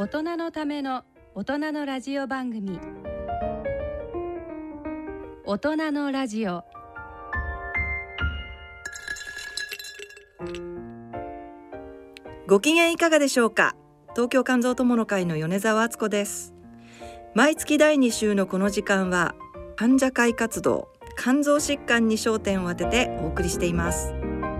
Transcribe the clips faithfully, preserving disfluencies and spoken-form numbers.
大人のための大人のラジオ番組、大人のラジオ。 ご機嫌いかがでしょうか。東京肝臓友の会の米澤敦子です。毎月だいに週のこの時間は患者会活動、肝臓疾患に焦点を当ててお送りしています。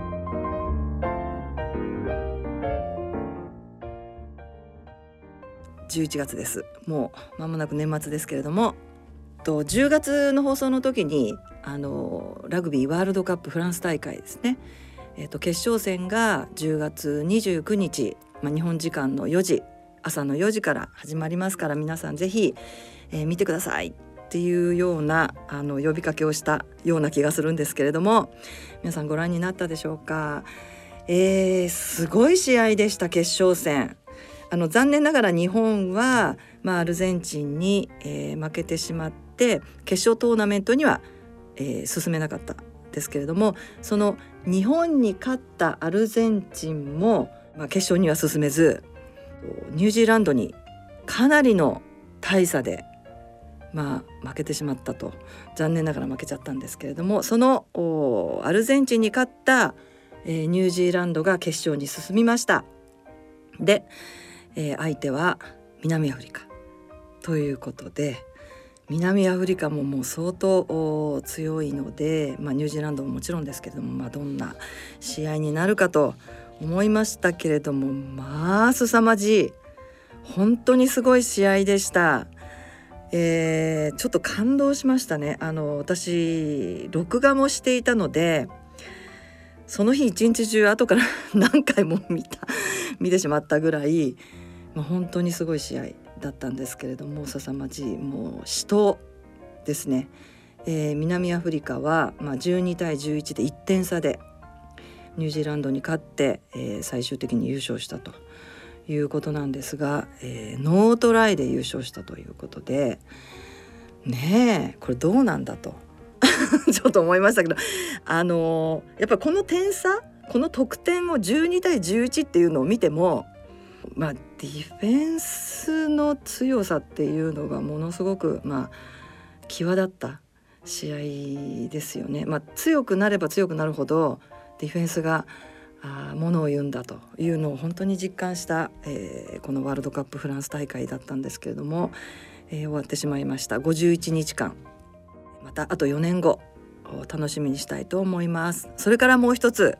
じゅういちがつです。もう間もなく年末ですけれども、とじゅうがつの放送の時にあのラグビーワールドカップフランス大会ですね、えー、と決勝戦がじゅうがつにじゅうくにち、まあ、日本時間のよじ、朝のよじから始まりますから、皆さんぜひ、えー、見てくださいっていうようなあの呼びかけをしたような気がするんですけれども、皆さんご覧になったでしょうか。えー、すごい試合でした。決勝戦、あの残念ながら日本は、まあ、アルゼンチンに、えー、負けてしまって決勝トーナメントには、えー、進めなかったですけれども、その日本に勝ったアルゼンチンも、まあ、決勝には進めず、ニュージーランドにかなりの大差で、まあ、負けてしまったと。残念ながら負けちゃったんですけれども、そのアルゼンチンに勝った、えー、ニュージーランドが決勝に進みました。で、えー、相手は南アフリカということで、南アフリカももう相当強いので、まあ、ニュージーランドももちろんですけれども、まあ、どんな試合になるかと思いましたけれども、まあ凄まじい、本当にすごい試合でした。えー、ちょっと感動しましたね。あの私録画もしていたので、その日一日中後から何回も見た見てしまったぐらい、まあ、本当にすごい試合だったんですけれども、凄まじい、もう死闘ですね。えー、南アフリカは、まあ、じゅうにたいじゅういちでいってん差でニュージーランドに勝って、えー、最終的に優勝したということなんですが、えー、ノートライで優勝したということでねえ、これどうなんだとちょっと思いましたけど、あのー、やっぱりこの点差、この得点をじゅうにたいじゅういちっていうのを見ても、まあ、ディフェンスの強さっていうのがものすごく、まあ、際立った試合ですよね。まあ、強くなれば強くなるほどディフェンスがあものを言うんだというのを本当に実感した、えー、このワールドカップフランス大会だったんですけれども、えー、終わってしまいました。ごじゅういちにちかん、またあとよねんご楽しみにしたいと思います。それからもう一つ、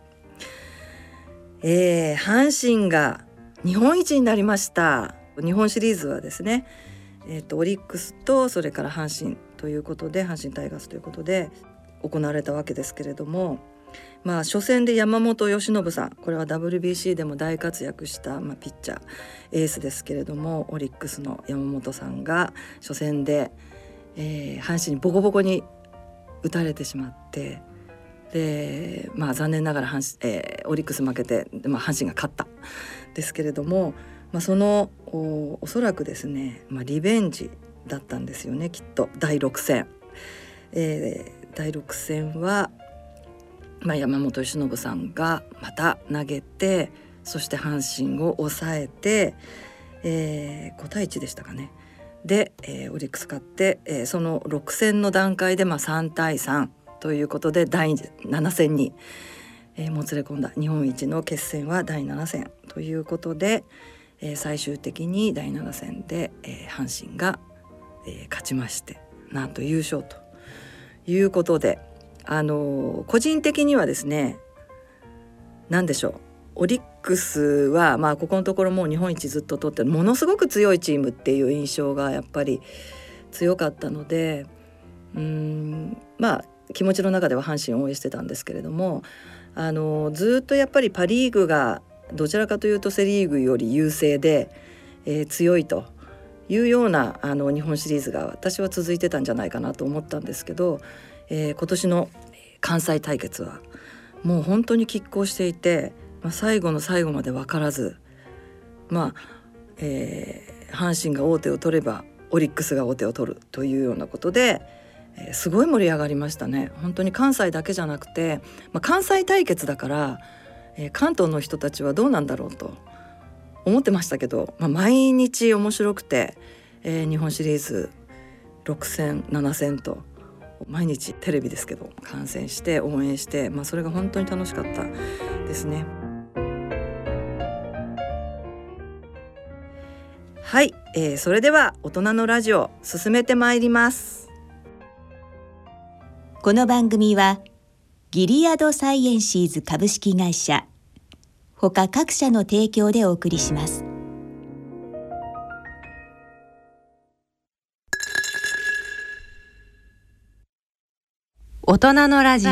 えー、阪神が日本一になりました。日本シリーズはですね、えーと、オリックスとそれから阪神ということで、阪神タイガースということで行われたわけですけれども、まあ、初戦で山本由伸さん、これは ダブリュービーシー でも大活躍した、まあ、ピッチャーエースですけれども、オリックスの山本さんが初戦で、えー、阪神にボコボコに打たれてしまって、で、まあ、残念ながら阪神、えー、オリックス負けて、まあ、阪神が勝ったですけれども、まあ、その お, おそらくですね、まあ、リベンジだったんですよね、きっと。だいろくせん、えー、だいろくせんは、まあ、山本由伸さんがまた投げて、そして阪神を抑えて、えー、ごたいいちでしたかね。で、えー、オリックス勝って、えー、そのろくせんの段階で、まあ、さんたいさんということでだいななせんに、えー、もつれ込んだ日本一の決戦はだいななせんということで、えー、最終的にだいななせんで、えー、阪神が、えー、勝ちまして、なんと優勝ということで、あのー、個人的にはですね、何でしょう、オリックスは、まあ、ここのところもう日本一ずっと取ってものすごく強いチームっていう印象がやっぱり強かったので、うーんまあ気持ちの中では阪神を応援してたんですけれども、あのずっとやっぱりパ・リーグがどちらかというとセ・リーグより優勢で、えー、強いというようなあの日本シリーズが私は続いてたんじゃないかなと思ったんですけど、えー、今年の関西対決はもう本当に拮抗していて、まあ、最後の最後まで分からず、まあえー、阪神が王手を取ればオリックスが王手を取るというようなことで、えー、すごい盛り上がりましたね。本当に関西だけじゃなくて、まあ、関西対決だから、えー、関東の人たちはどうなんだろうと思ってましたけど、まあ、毎日面白くて、えー、日本シリーズろく戦なな戦と毎日テレビですけど観戦して応援して、まあ、それが本当に楽しかったですね。はい、えー、それでは大人のラジオ進めてまいります。 この番組はギリアドサイエンシーズ株式会社他各社の提供でお送りします。 大人のラジオ、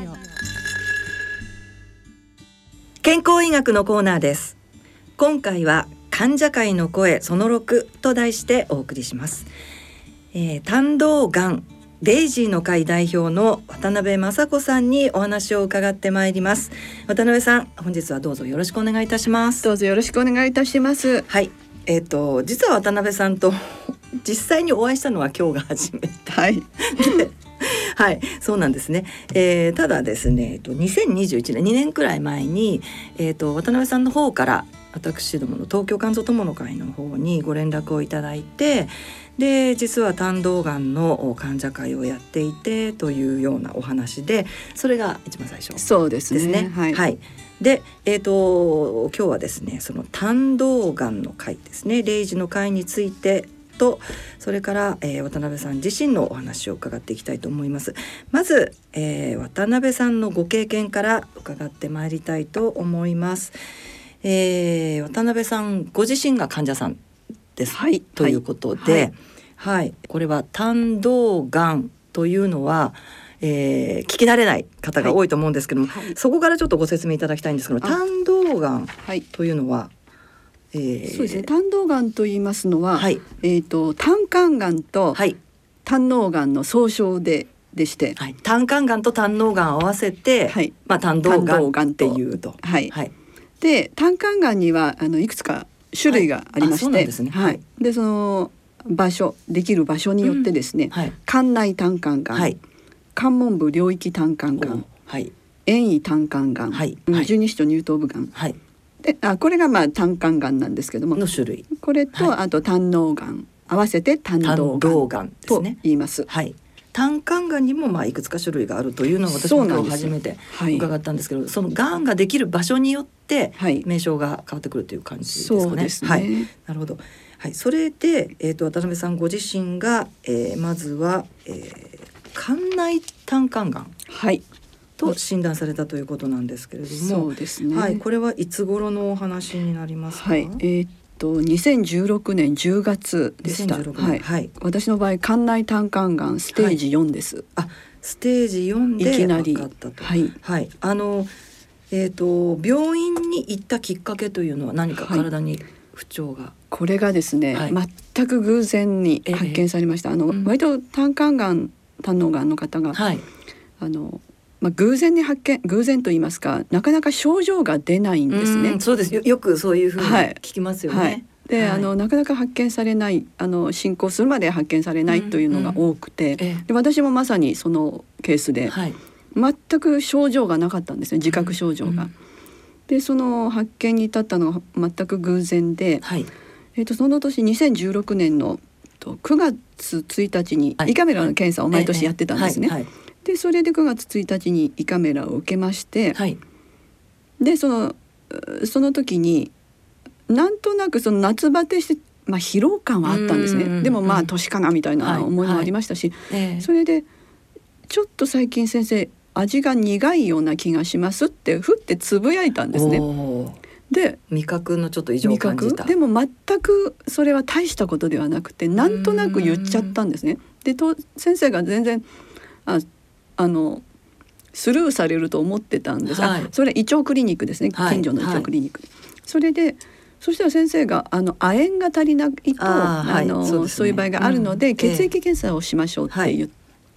健康医学のコーナーです。今回は患者会の声そのろくと題してお送りします。えー、胆道がんデイジーの会代表の渡辺雅子さんにお話を伺ってまいります。渡辺さん、本日はどうぞよろしくお願いいたします。 どうぞよろしくお願いいたします。 はい、えーと、実は渡辺さんと実際にお会いしたのは今日が初めて、 はいはい、そうなんですね。えー、ただですね、えっと、にせんにじゅういちねんにねんくらい前に、えーと、渡辺さんの方から私どもの東京肝臓友の会の方にご連絡をいただいて、で実は胆道がんの患者会をやっていてというようなお話で、それが一番最初ですね。 そうですね、はい、 はい、で、えーと、今日はですねその胆道がんの会ですね、レイジの会についてと、それから、えー、渡辺さん自身のお話を伺っていきたいと思います。まず、えー、渡辺さんのご経験から伺ってまいりたいと思います。えー、渡辺さんご自身が患者さんです、 はい、 ということで、はいはい、これは胆道がんというのは、えー、聞き慣れない方が多いと思うんですけども、はいはい、そこからちょっとご説明いただきたいんですけど、胆道がんというのは、はいえー、 そうですね、胆道がんと言いますのは、はい、えーと、胆管がんと胆嚢がんの総称ででして、 はい、胆管がんと胆嚢がんを合わせて、はい、まあ、胆道がんっていうと、 はいはい、で胆管がんにはあのいくつか種類がありまして、はい、そはい、でその場所できる場所によってですね、うんはい、肝内胆管がん、はい、肝門部領域胆管がん、はい、遠位胆管がん、はい、十二指腸乳頭部がん、はい、であこれがまあ胆管がんなんですけども、 の種類、 これと、はい、あと胆嚢がん合わせて胆道がんと言います。 はい、胆管がんにもまあいくつか種類があるというのを私も今日初めて伺ったんですけど、 そ, そのがんができる場所によって名称が変わってくるという感じですかね。 そうですね、 はい、なるほど。はい、それで、えー、と渡辺さんご自身が、えー、まずは、えー、肝内胆管がん、はい、と診断されたということなんですけれども、 そうですね、 はい、これはいつ頃のお話になりますか？ はい、えーとにせんじゅうろくねんじゅうがつでした。はいはい、私の場合肝内胆管がんステージよんです。はい、 あ、ステージよんで分かったと。はいはい、あの、えー、と病院に行ったきっかけというのは何か体に不調が、はい、 これがですね、はい、全く偶然に発見されました。えー、あの、うん、割と胆管がん胆嚢がんの方が、はい、あのまあ、偶然に発見偶然と言いますか、なかなか症状が出ないんですね。 うん、そうです よ, よくそういうふうに聞きますよね。はいはい、 で、はい、あのなかなか発見されない、あの進行するまで発見されないというのが多くて、うんうん、で私もまさにそのケースで、はい、全く症状がなかったんですね、自覚症状が。うんうん、でその発見に至ったのは全く偶然で、はい、えー、とその年にせんじゅうろくねんのくがつついたちに胃カメラの検査を毎年やってたんですね。はいはいはい、でそれでくがつついたちに胃カメラを受けまして、はい、でそのその時になんとなくその夏バテして、まあ、疲労感はあったんですね。でもまあ年かなみたいな思いもありましたし、はいはい、それでちょっと最近先生味が苦いような気がしますってふってつぶやいたんですね。で味覚のちょっと異常を感じた。 でも全くそれは大したことではなくて、なんとなく言っちゃったんですね。でと先生が全然ああのスルーされると思ってたんです。はい、あそれ胃腸クリニックですね、近所の胃腸クリニック、はいはい、それでそしたら先生があの亜鉛が足りないとあ、はい、あの そうですね、そういう場合があるので、うん、血液検査をしましょうって言った、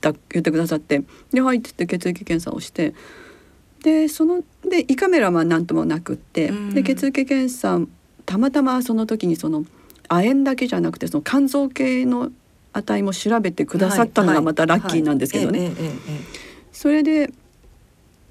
えー、言ってくださって、ではいって言って血液検査をして、でそので胃カメラは何ともなくって、うん、で血液検査たまたまその時にその亜鉛だけじゃなくてその肝臓系の値も調べてくださったのがまたラッキーなんですけどね。それで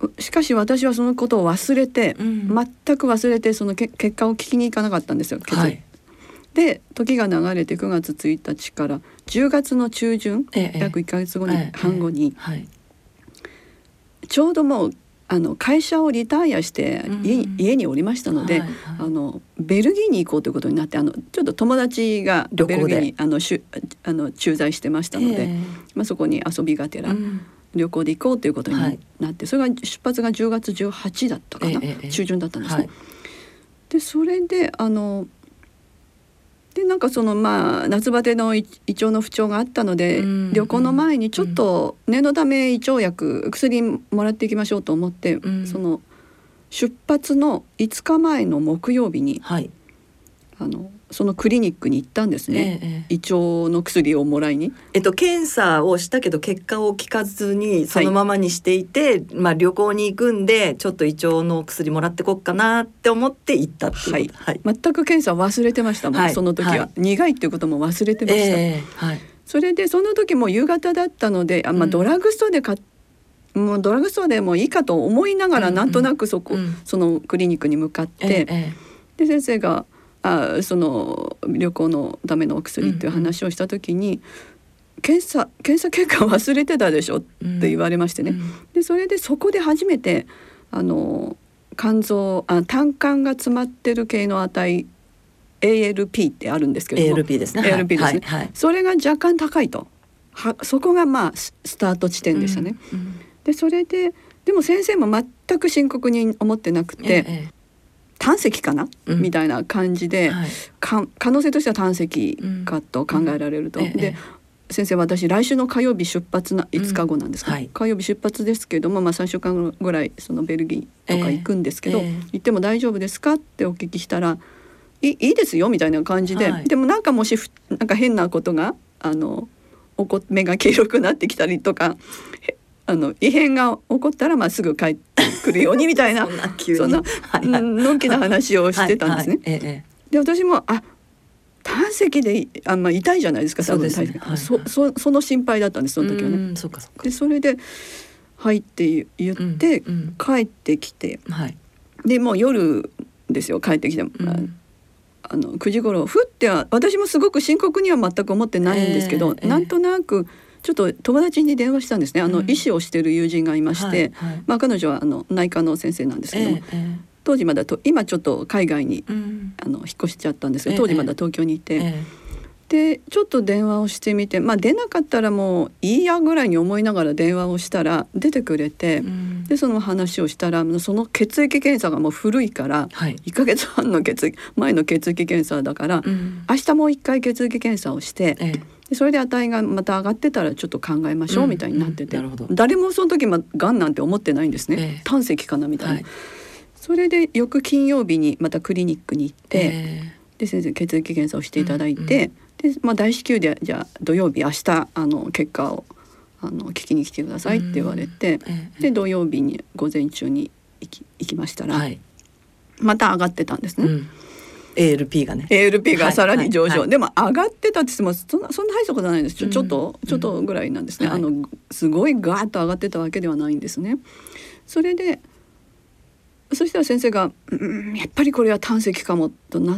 しかし私はそのことを忘れて、うん、全く忘れてそのけ結果を聞きに行かなかったんですよ。はい、で時が流れてくがつついたちからじゅうがつの中旬、ええ、約いっかげつごに、ええ、半後に、はい、ちょうどもうあの会社をリタイアして家に、うん、家におりましたので、はいはい、あのベルギーに行こうということになって、あのちょっと友達がベルギーにあのしゅあの駐在してましたので、えーまあ、そこに遊びがてら、うん、旅行で行こうということになって、はい、それが出発がじゅうがつじゅうはちだったかな、えー、中旬だったんですね。はい、でそれであのでなんかそのまあ夏バテの胃腸の不調があったので、うん、旅行の前にちょっと念のため胃腸薬薬もらっていきましょうと思って、うん、その出発のいつかまえの木曜日に、はい、あのそのクリニックに行ったんですね、ええ、胃腸の薬をもらいに、 えっと、検査をしたけど結果を聞かずにそのままにしていて、はい、まあ、旅行に行くんでちょっと胃腸の薬もらってこっかなって思って行ったっていう、はいはい、全く検査忘れてましたもん、はい、その時は、はい、苦いっていうことも忘れてました、えーはい、それでその時も夕方だったので、あ、まあ、ドラッグストアで買っもうドラッグストアでもいいかと思いながら、うんうん、なんとなくそこ、うん、そのクリニックに向かって、えー、で先生があその旅行のためのお薬っていう話をした時に、うんうん、検査検査結果忘れてたでしょって言われましてね、うんうん、でそれでそこで初めてあの肝臓あ胆管が詰まってる系の値 エーエルピー ってあるんですけどもエーエルピー ですねエーエルピー ですね、はいはい、それが若干高いとはそこがまあスタート地点でしたね、うんうん、でそれででも先生も全く深刻に思ってなくて、ええ、胆石かな、うん、みたいな感じで、はい、か可能性としては胆石かと考えられると、うんうん、で、ええ、先生私来週の火曜日出発ないつかごなんですか、うんはい、火曜日出発ですけども、まあ、さんしゅうかんぐらいそのベルギーとか行くんですけど、えええ、行っても大丈夫ですかってお聞きしたらい い, いいですよみたいな感じで、はい、でもなんかもしなんか変なことがあの目が黄色くなってきたりとかあの異変が起こったらまあすぐ帰ってくるようにみたいなそんなのんきな話をしてたんですね。はいはいええ、で私もあ胆石であ、まあ、痛いじゃないですか。多分そうですね、はいはい、そ, そ, その心配だったんですその時はね。うんそうかそうかでそれで入って言って、うんうん、帰ってきて、はい、でもう夜ですよ帰ってきて、うん、あのくじ頃ふっては私もすごく深刻には全く思ってないんですけど、えーえー、なんとなくちょっと友達に電話したんですね。あの、うん、医師をしている友人がいまして、はいはいまあ、彼女はあの内科の先生なんですけども、えー、当時まだと今ちょっと海外に、うん、あの引っ越しちゃったんですけど当時まだ東京にいて、えー、でちょっと電話をしてみて、まあ、出なかったらもういいやぐらいに思いながら電話をしたら出てくれて、うん、でその話をしたらその血液検査がもう古いから、はい、いっかげつはんの血液前の血液検査だから、うん、明日もう一回血液検査をして、えーそれで値がまた上がってたらちょっと考えましょうみたいになってて、うんうん、誰もその時がんなんて思ってないんですね、えー、胆石かなみたいな、はい、それで翌金曜日にまたクリニックに行って、えー、で先生血液検査をしていただいて、うんうんでまあ、大至急でじゃあ土曜日明日あの結果をあの聞きに来てくださいって言われて、うんえー、で土曜日に午前中に行き、行きましたら、はい、また上がってたんですね、うんエーエルピー がねエーエルピー がさらに上昇、はいはいはい、でも上がってたって言ってもそんな、そんな大したことはないんですちょ、ちょっと、うん、ちょっとぐらいなんですね、うん、あのすごいガーッと上がってたわけではないんですね。それでそしたら先生が、うん、やっぱりこれは胆石かもとなって、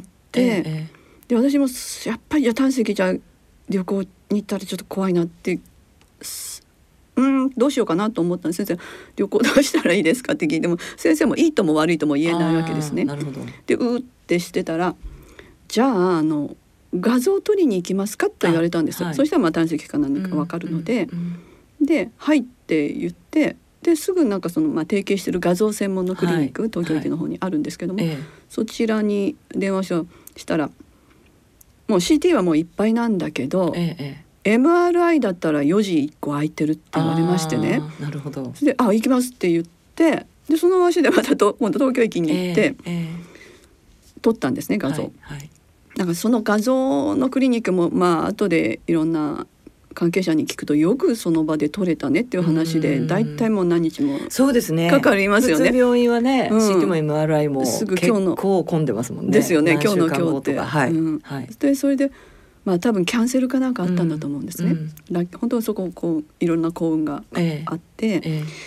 えー、で私もやっぱりじゃ胆石じゃ旅行に行ったらちょっと怖いなってうんどうしようかなと思ったんです。先生旅行どうしたらいいですかって聞いても先生もいいとも悪いとも言えないわけですね。 なるほど。 でうーってしてたらじゃあ、あの画像を撮りに行きますかと言われたんです、はい、そしたらまあ胆石か何か分かるので、うんうんうん、ではいって言ってですぐなんかその、まあ、提携している画像専門のクリニック、はい、東京駅の方にあるんですけども、はい、そちらに電話したらもう シーティー はもういっぱいなんだけど、ええエムアールアイ だったらよじいっこ空いてるって言われましてね。 なるほど。 それであ行きますって言ってでその足でまたと今度東京駅に行って、えーえー、撮ったんですね画像、はいはい、だからその画像のクリニックもまあ後でいろんな関係者に聞くとよくその場で撮れたねっていう話でだいたいもう何日もそうですねかかりますよね。 普通病院はね、うん、シーティー も エムアールアイ もすぐ結構混んでますもんね。 ですよね今日の今日って、 はいうんはい、 でそれでまあ、多分キャンセルかなんかあったんだと思うんですね、うんうん、本当にそここういろんな幸運があって、ええええ、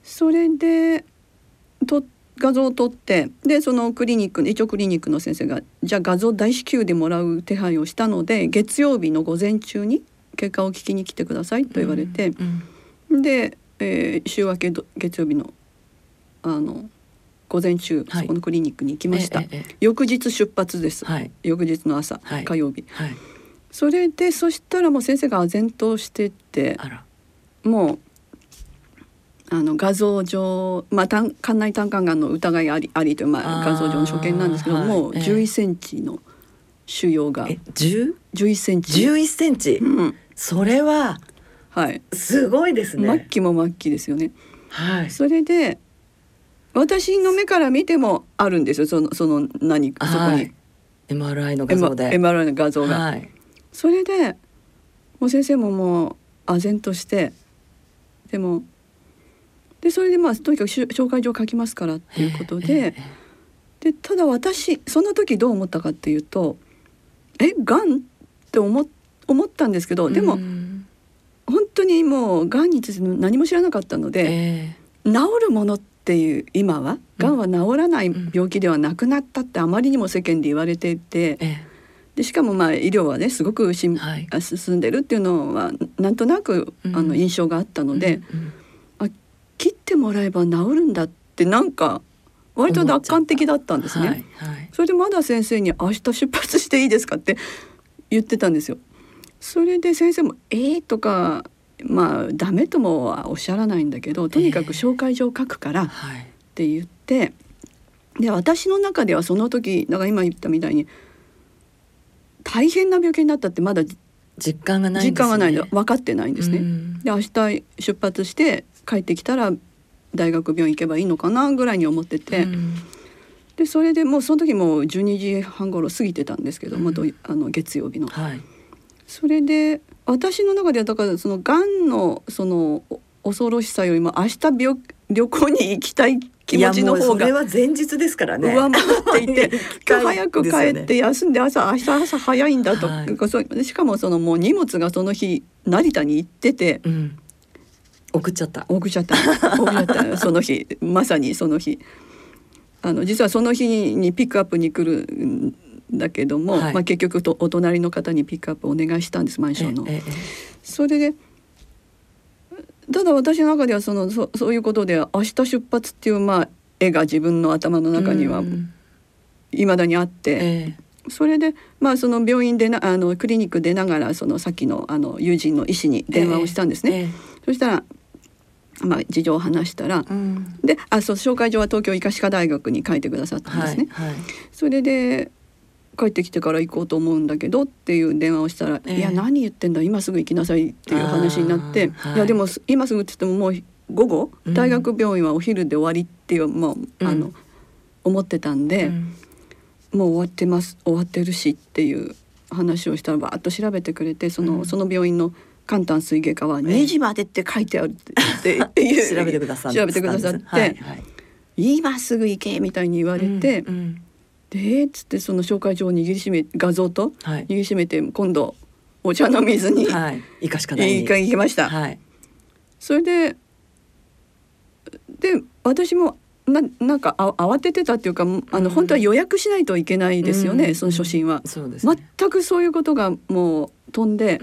それでと画像を撮って、でそのクリニック一応クリニックの先生がじゃあ画像大至急でもらう手配をしたので月曜日の午前中に結果を聞きに来てくださいと言われて、うんうん、で、えー、週明け月曜日のあの午前中、はい、そこのクリニックに行きました。えええ、翌日出発です、はい、翌日の朝、はい、火曜日、はい、それでそしたらもう先生が唖然としてて、あらもうあの画像上、まあ、肝内胆管がんの疑いありありという、まあ、画像上の所見なんですけども、はい、じゅういっセンチの腫瘍が、 え 10? じゅういっセンチじゅういっセンチ、うん、それはすごいですね。 末期も末期ですよね、 はい、 それで私の目から見てもあるんですよ、その、その何そこに、はい、 エムアールアイ の画像でエムアールアイ の画像が、 はい、 それでもう先生ももう唖然として、でもでそれでまあとにかく紹介状書きますからっていうことで、でただ私その時どう思ったかっていうと、えがんって思、思ったんですけど、でも本当にもうがんについて何も知らなかったので、えー、治るものっていう今はがんは治らない病気ではなくなったってあまりにも世間で言われていて、えー、でしかもまあ医療はねすごくしん、はい、進んでるっていうのはなんとなくあの印象があったので、うんうん、切ってもらえば治るんだってなんか割と楽観的だったんですね、はいはい、それでまだ先生に明日出発していいですかって言ってたんですよ。それで先生もえーとかまあダメともはおっしゃらないんだけど、とにかく紹介状書くからって言って、えー、で私の中ではその時だから今言ったみたいに大変な病気になったってまだ実感がないんですね。 実感がないの分かってないんですね。で明日出発して帰ってきたら大学病院行けばいいのかなぐらいに思ってて、うん、でそれでもうその時もうじゅうにじはん頃過ぎてたんですけども、うん、あの月曜日の、はい、それで私の中ではだからそのがんのその恐ろしさよりも明日病旅行に行きたい気持ちの方がそれは前日ですからね上回っていて今日早く帰って休んで朝明日朝早いんだと、はい、しかもそのもう荷物がその日成田に行ってて、うん、 送っちゃった送っちゃった送っちゃったその日まさにその日あの実はその日にピックアップに来るんだけども、はい、まあ、結局とお隣の方にピックアップお願いしたんです、マンションの。えええ、それでただ私の中ではその そ, そういうことで明日出発っていう、まあ、絵が自分の頭の中にはいまだにあって、ええ、それで、まあ、その病院でなあのクリニック出ながらそのさっき の, あの友人の医師に電話をしたんですね、えええ、そしたらまあ、事情を話したら、うん、であそう紹介状は東京医科歯科大学に書いてくださったんですね、はいはい、それで帰ってきてから行こうと思うんだけどっていう電話をしたら、えー、いや何言ってんだ今すぐ行きなさいっていう話になって、はい、いやでも今すぐって言ってももう午後、うん、大学病院はお昼で終わりっていう、まあ、あの、うん、思ってたんで、うん、もう終わってます終わってるしっていう話をしたらバーッと調べてくれてその、うん、その病院の肝胆膵外科はにじまでって書いてあるって言っていう調べてくださって調べてくださって、はいはい、今すぐ行けみたいに言われて、うんうん、でっつってその紹介状を握りしめ画像と握りしめて今度お茶飲みずに、 はい、医科歯科大に行きました、はい、それでで私もな, なんかあ慌ててたっていうかあの、うん、本当は予約しないといけないですよね、うん、その初診は、そうですね、全くそういうことがもう飛んで、うん、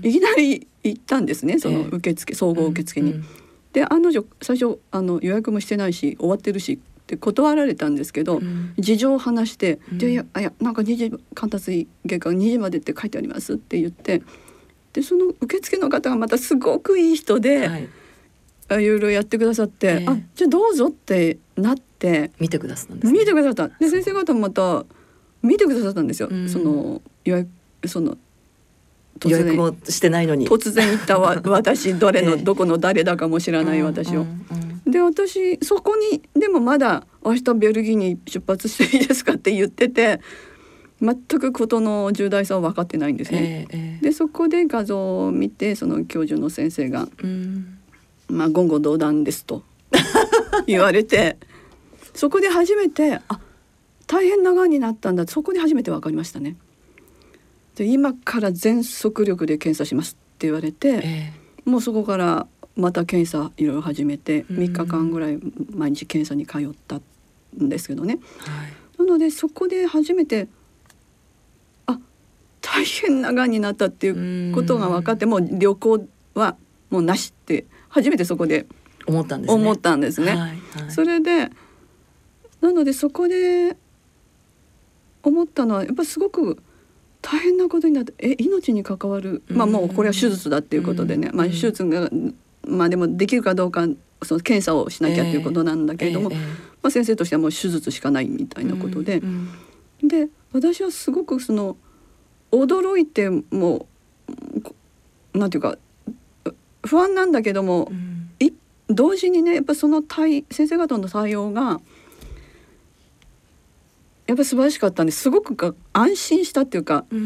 いきなり行ったんですねその受付、えー、総合受付に、うんうん、で案の定最初あの予約もしてないし終わってるしって断られたんですけど、うん、事情を話して、うん、でいやいやなんかにじ肝胆膵外科にじまでって書いてありますって言ってでその受付の方がまたすごくいい人で、はい、いろいろやってくださって、えー、あじゃあどうぞってなって見てくださったんです、ね、 見てくださったで先生方もまた見てくださったんですよ、うん、その予約その予約もしてないのに突然行ったわ私どれの、えー、どこの誰だかも知らない私を、うんうん、で私そこにでもまだ明日ベルギーに出発していいですかって言ってて全くことの重大さは分かってないんですね、えーえー、でそこで画像を見てその教授の先生が、うん、まあ言語道断ですと言われてそこで初めてあ大変ながんになったんだそこで初めて分かりましたね。で今から全速力で検査しますって言われて、えー、もうそこからまた検査いろいろ始めてみっかかんぐらい毎日検査に通ったんですけどね、はい、なのでそこで初めてあ大変ながんになったっていうことが分かって、もう旅行はもうなしって初めてそこで思ったんですね。 思ったんですね、はいはい、それでなのでそこで思ったのはやっぱすごく大変なことになって、え命に関わる、まあもうこれは手術だっていうことでね、まあ手術がまあでもできるかどうかその検査をしなきゃっていうことなんだけれども、えーえーまあ、先生としてはもう手術しかないみたいなことで、うんうん、で私はすごくその驚いてもなんていうか不安なんだけども、うん、い同時にねやっぱその対先生方の対応がやっぱ素晴らしかったんです。すごく安心したっていうか、うん、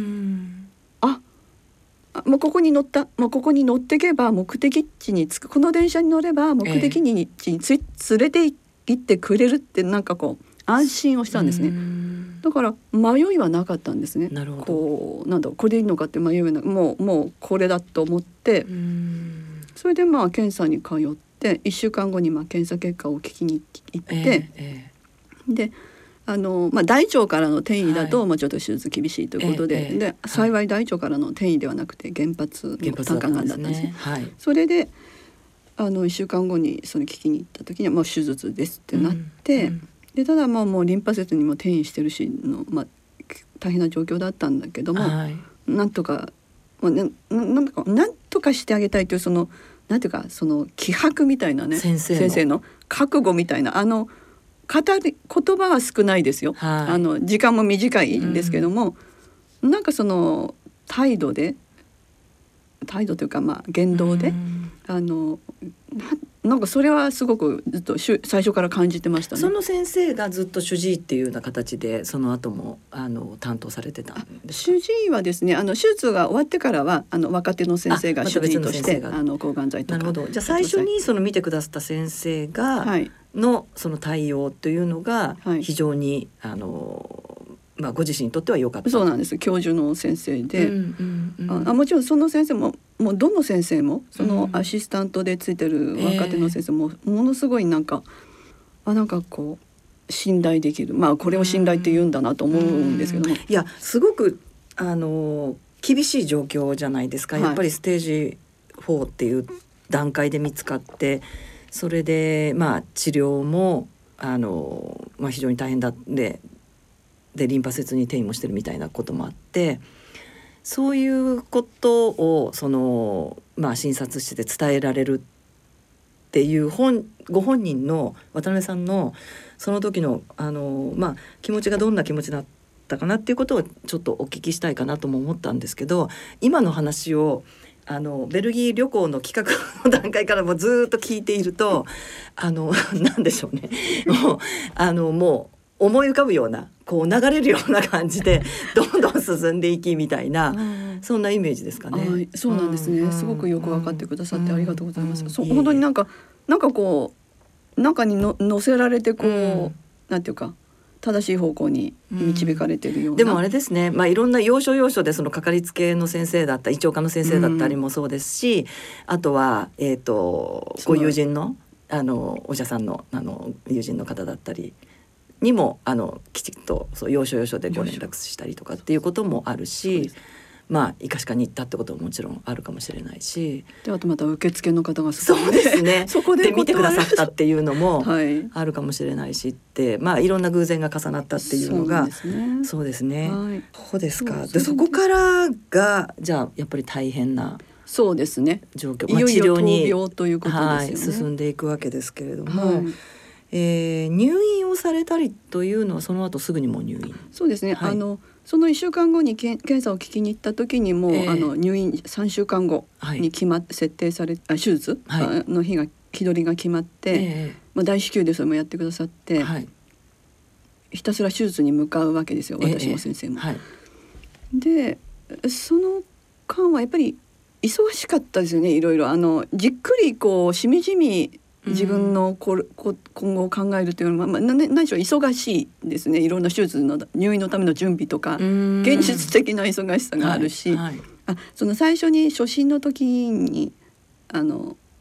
あもうここに乗ったもうここに乗ってけば目的地に着く、この電車に乗れば目的地につ、えー、連れて行ってくれるってなんかこう安心をしたんですね。だから迷いはなかったんですね。 なるほど。 こうなんだこれでいいのかって迷いはなく、もうもうこれだと思って、うんそれでまあ検査に通っていっしゅうかんごにまあ検査結果を聞きに行って、えーえー、であのまあ、大腸からの転移だと、はいまあ、ちょっと手術厳しいということで、ええ、で幸い大腸からの転移ではなくて原発の胆管がんだったんですね。はい、それであのいっしゅうかんごにそれ聞きに行った時にはもう手術ですってなって、うんうん、でただまあもうリンパ節にも転移してるしの、まあ、大変な状況だったんだけども、はい、なんとか、まあね、なんとかなんとかしてあげたいというそのなんていうかその気迫みたいなね先生の、 先生の覚悟みたいなあの語り言葉は少ないですよ、はい、あの時間も短いんですけども、うん、なんかその態度で態度というかまあ言動で、うん、あの な, なんかそれはすごくずっと最初から感じてましたね。 その先生がずっと主治医っていうような形でその後もあの担当されてたんですか？ 主治医はですねあの手術が終わってからはあの若手の先生が主治医としてあの抗がん剤とか。 なるほど。じゃあ最初にその見てくださった先生が、はいのその対応というのが非常に、はい、あのまあ、ご自身にとっては良かった。 そうなんです。教授の先生で、うんうんうん、あもちろんその先生ももうどの先生もそのアシスタントでついてる若手の先生もものすごいなんか、あなんかこう信頼できる、まあこれを信頼って言うんだなと思うんですけども、 いやすごくあの厳しい状況じゃないですか、はい、やっぱりステージフォーっていう段階で見つかって、それでまあ治療もあの、まあ、非常に大変だででリンパ節に転移もしてるみたいなこともあって、そういうことをその、まあ、診察室で伝えられるっていう本ご本人の渡辺さんのその時のあの、まあ、気持ちがどんな気持ちだったかなっていうことをちょっとお聞きしたいかなとも思ったんですけど、今の話をあのベルギー旅行の企画の段階からもずっと聞いているとあのなんでしょうねもうあのもう思い浮かぶようなこう流れるような感じでどんどん進んでいきみたいなそんなイメージですかね。 そうなんですね、うん、すごくよく分かってくださってありがとうございます、うんうん、そう本当になんかなんかこう中にの乗せられてこう、うん、なんていうか正しい方向に導かれているような、 うん、でもあれですね、まあ、いろんな要所要所でそのかかりつけの先生だった胃腸科の先生だったりもそうですし、うん、あとは、えーと、ご友人の、あのお医者さんの、あの友人の方だったりにもあのきちっとそう要所要所でご連絡したりとかっていうこともあるし、まあ医科歯科に行ったってことももちろんあるかもしれないし、 であとまた受付の方がそうですねそこで見てくださったっていうのもあるかもしれないしって、まあいろんな偶然が重なったっていうのがそうですね。そうですか。でそこからがじゃあやっぱり大変なそうですね状況、まあ、治療にいよいよ闘病ということですよね、はい、 進んでいくわけですけれども、はいえー、入院をされたりというのはその後すぐにもう入院。 そうですね、はい、あのそのいっしゅうかんごにけ検査を聞きに行った時にも、えー、あの入院さんしゅうかんごに決まっ、はい、設定されあ手術、はい、の日が日取りが決まって、えーまあ、大至急でそれもやってくださって、はい、ひたすら手術に向かうわけですよ私も先生も、えーはい、でその間はやっぱり忙しかったですよね。いろいろあのじっくりこうしみじみ自分のここ今後を考えるというのは、まあ、何でしょう忙しいですね。いろんな手術の入院のための準備とか現実的な忙しさがあるし、はいはい、あその最初に初診の時にあの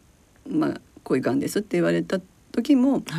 まあ、こういうがんですって言われた時も、はい、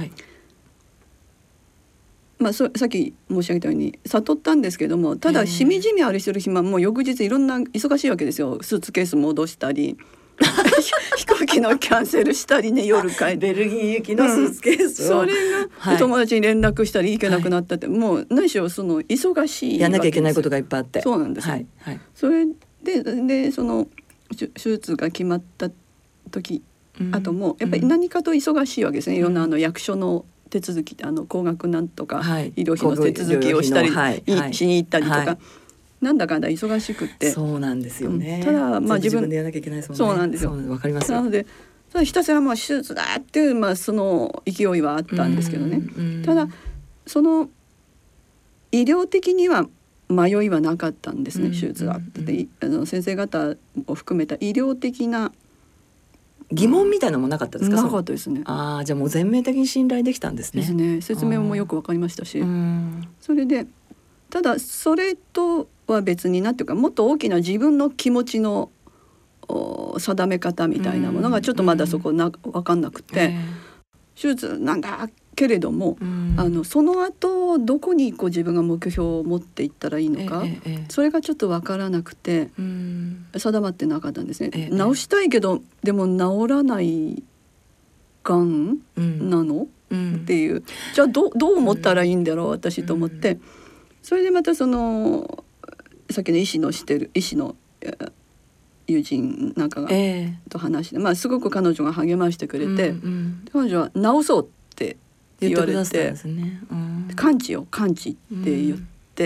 まあ、そさっき申し上げたように悟ったんですけども、ただしみじみあれしてる暇もう翌日いろんな忙しいわけですよ。スーツケース戻したり飛行機のキャンセルしたりね、夜帰ってベルギー行きのスーツケースを、 うん、それが、はい、友達に連絡したり行けなくなったって、はい、もう何しろその忙しいやんなきゃいけないことがいっぱいあって、 そうなんです、はいはい、それででその手術が決まった時、うん、あともやっぱり何かと忙しいわけですね、うん、いろんなあの役所の手続き、あの高額なんとか、はい、医療費の手続きをしたり、はいはい、しに行ったりとか、はい、なんだかんだ忙しくって、 そうなんですよね、 うん、ただまあ自分でやらなきゃいけないですもんね。 そうなんですよ、 わかりますよ。 なのでひたすらまあ手術だっていう、まあ、その勢いはあったんですけどね、うんうん、ただその医療的には迷いはなかったんですね、うん、手術があって、うん、あの先生方を含めた医療的な疑問みたいなのもなかったですか？ なかったですね。 ああ、じゃあもう全面的に信頼できたんですね。 ですね。説明もよく分かりましたし、それでただそれとは別になんていうか、もっと大きな自分の気持ちの定め方みたいなものがちょっとまだそこな分かんなくて、手術なんだけれども、あのその後どこにこう自分が目標を持っていったらいいのか、それがちょっと分からなくて定まってなかったんですね。治したいけどでも治らないがんなの、っていう、じゃあ ど, どう思ったらいいんだろう私と思って、それでまたそのさっきの医師のしてる医師の友人なんかが、えー、と話して、まあ、すごく彼女が励ましてくれて、うんうん、彼女は治そうって言われて、ね、うん、完治よ完治って言って、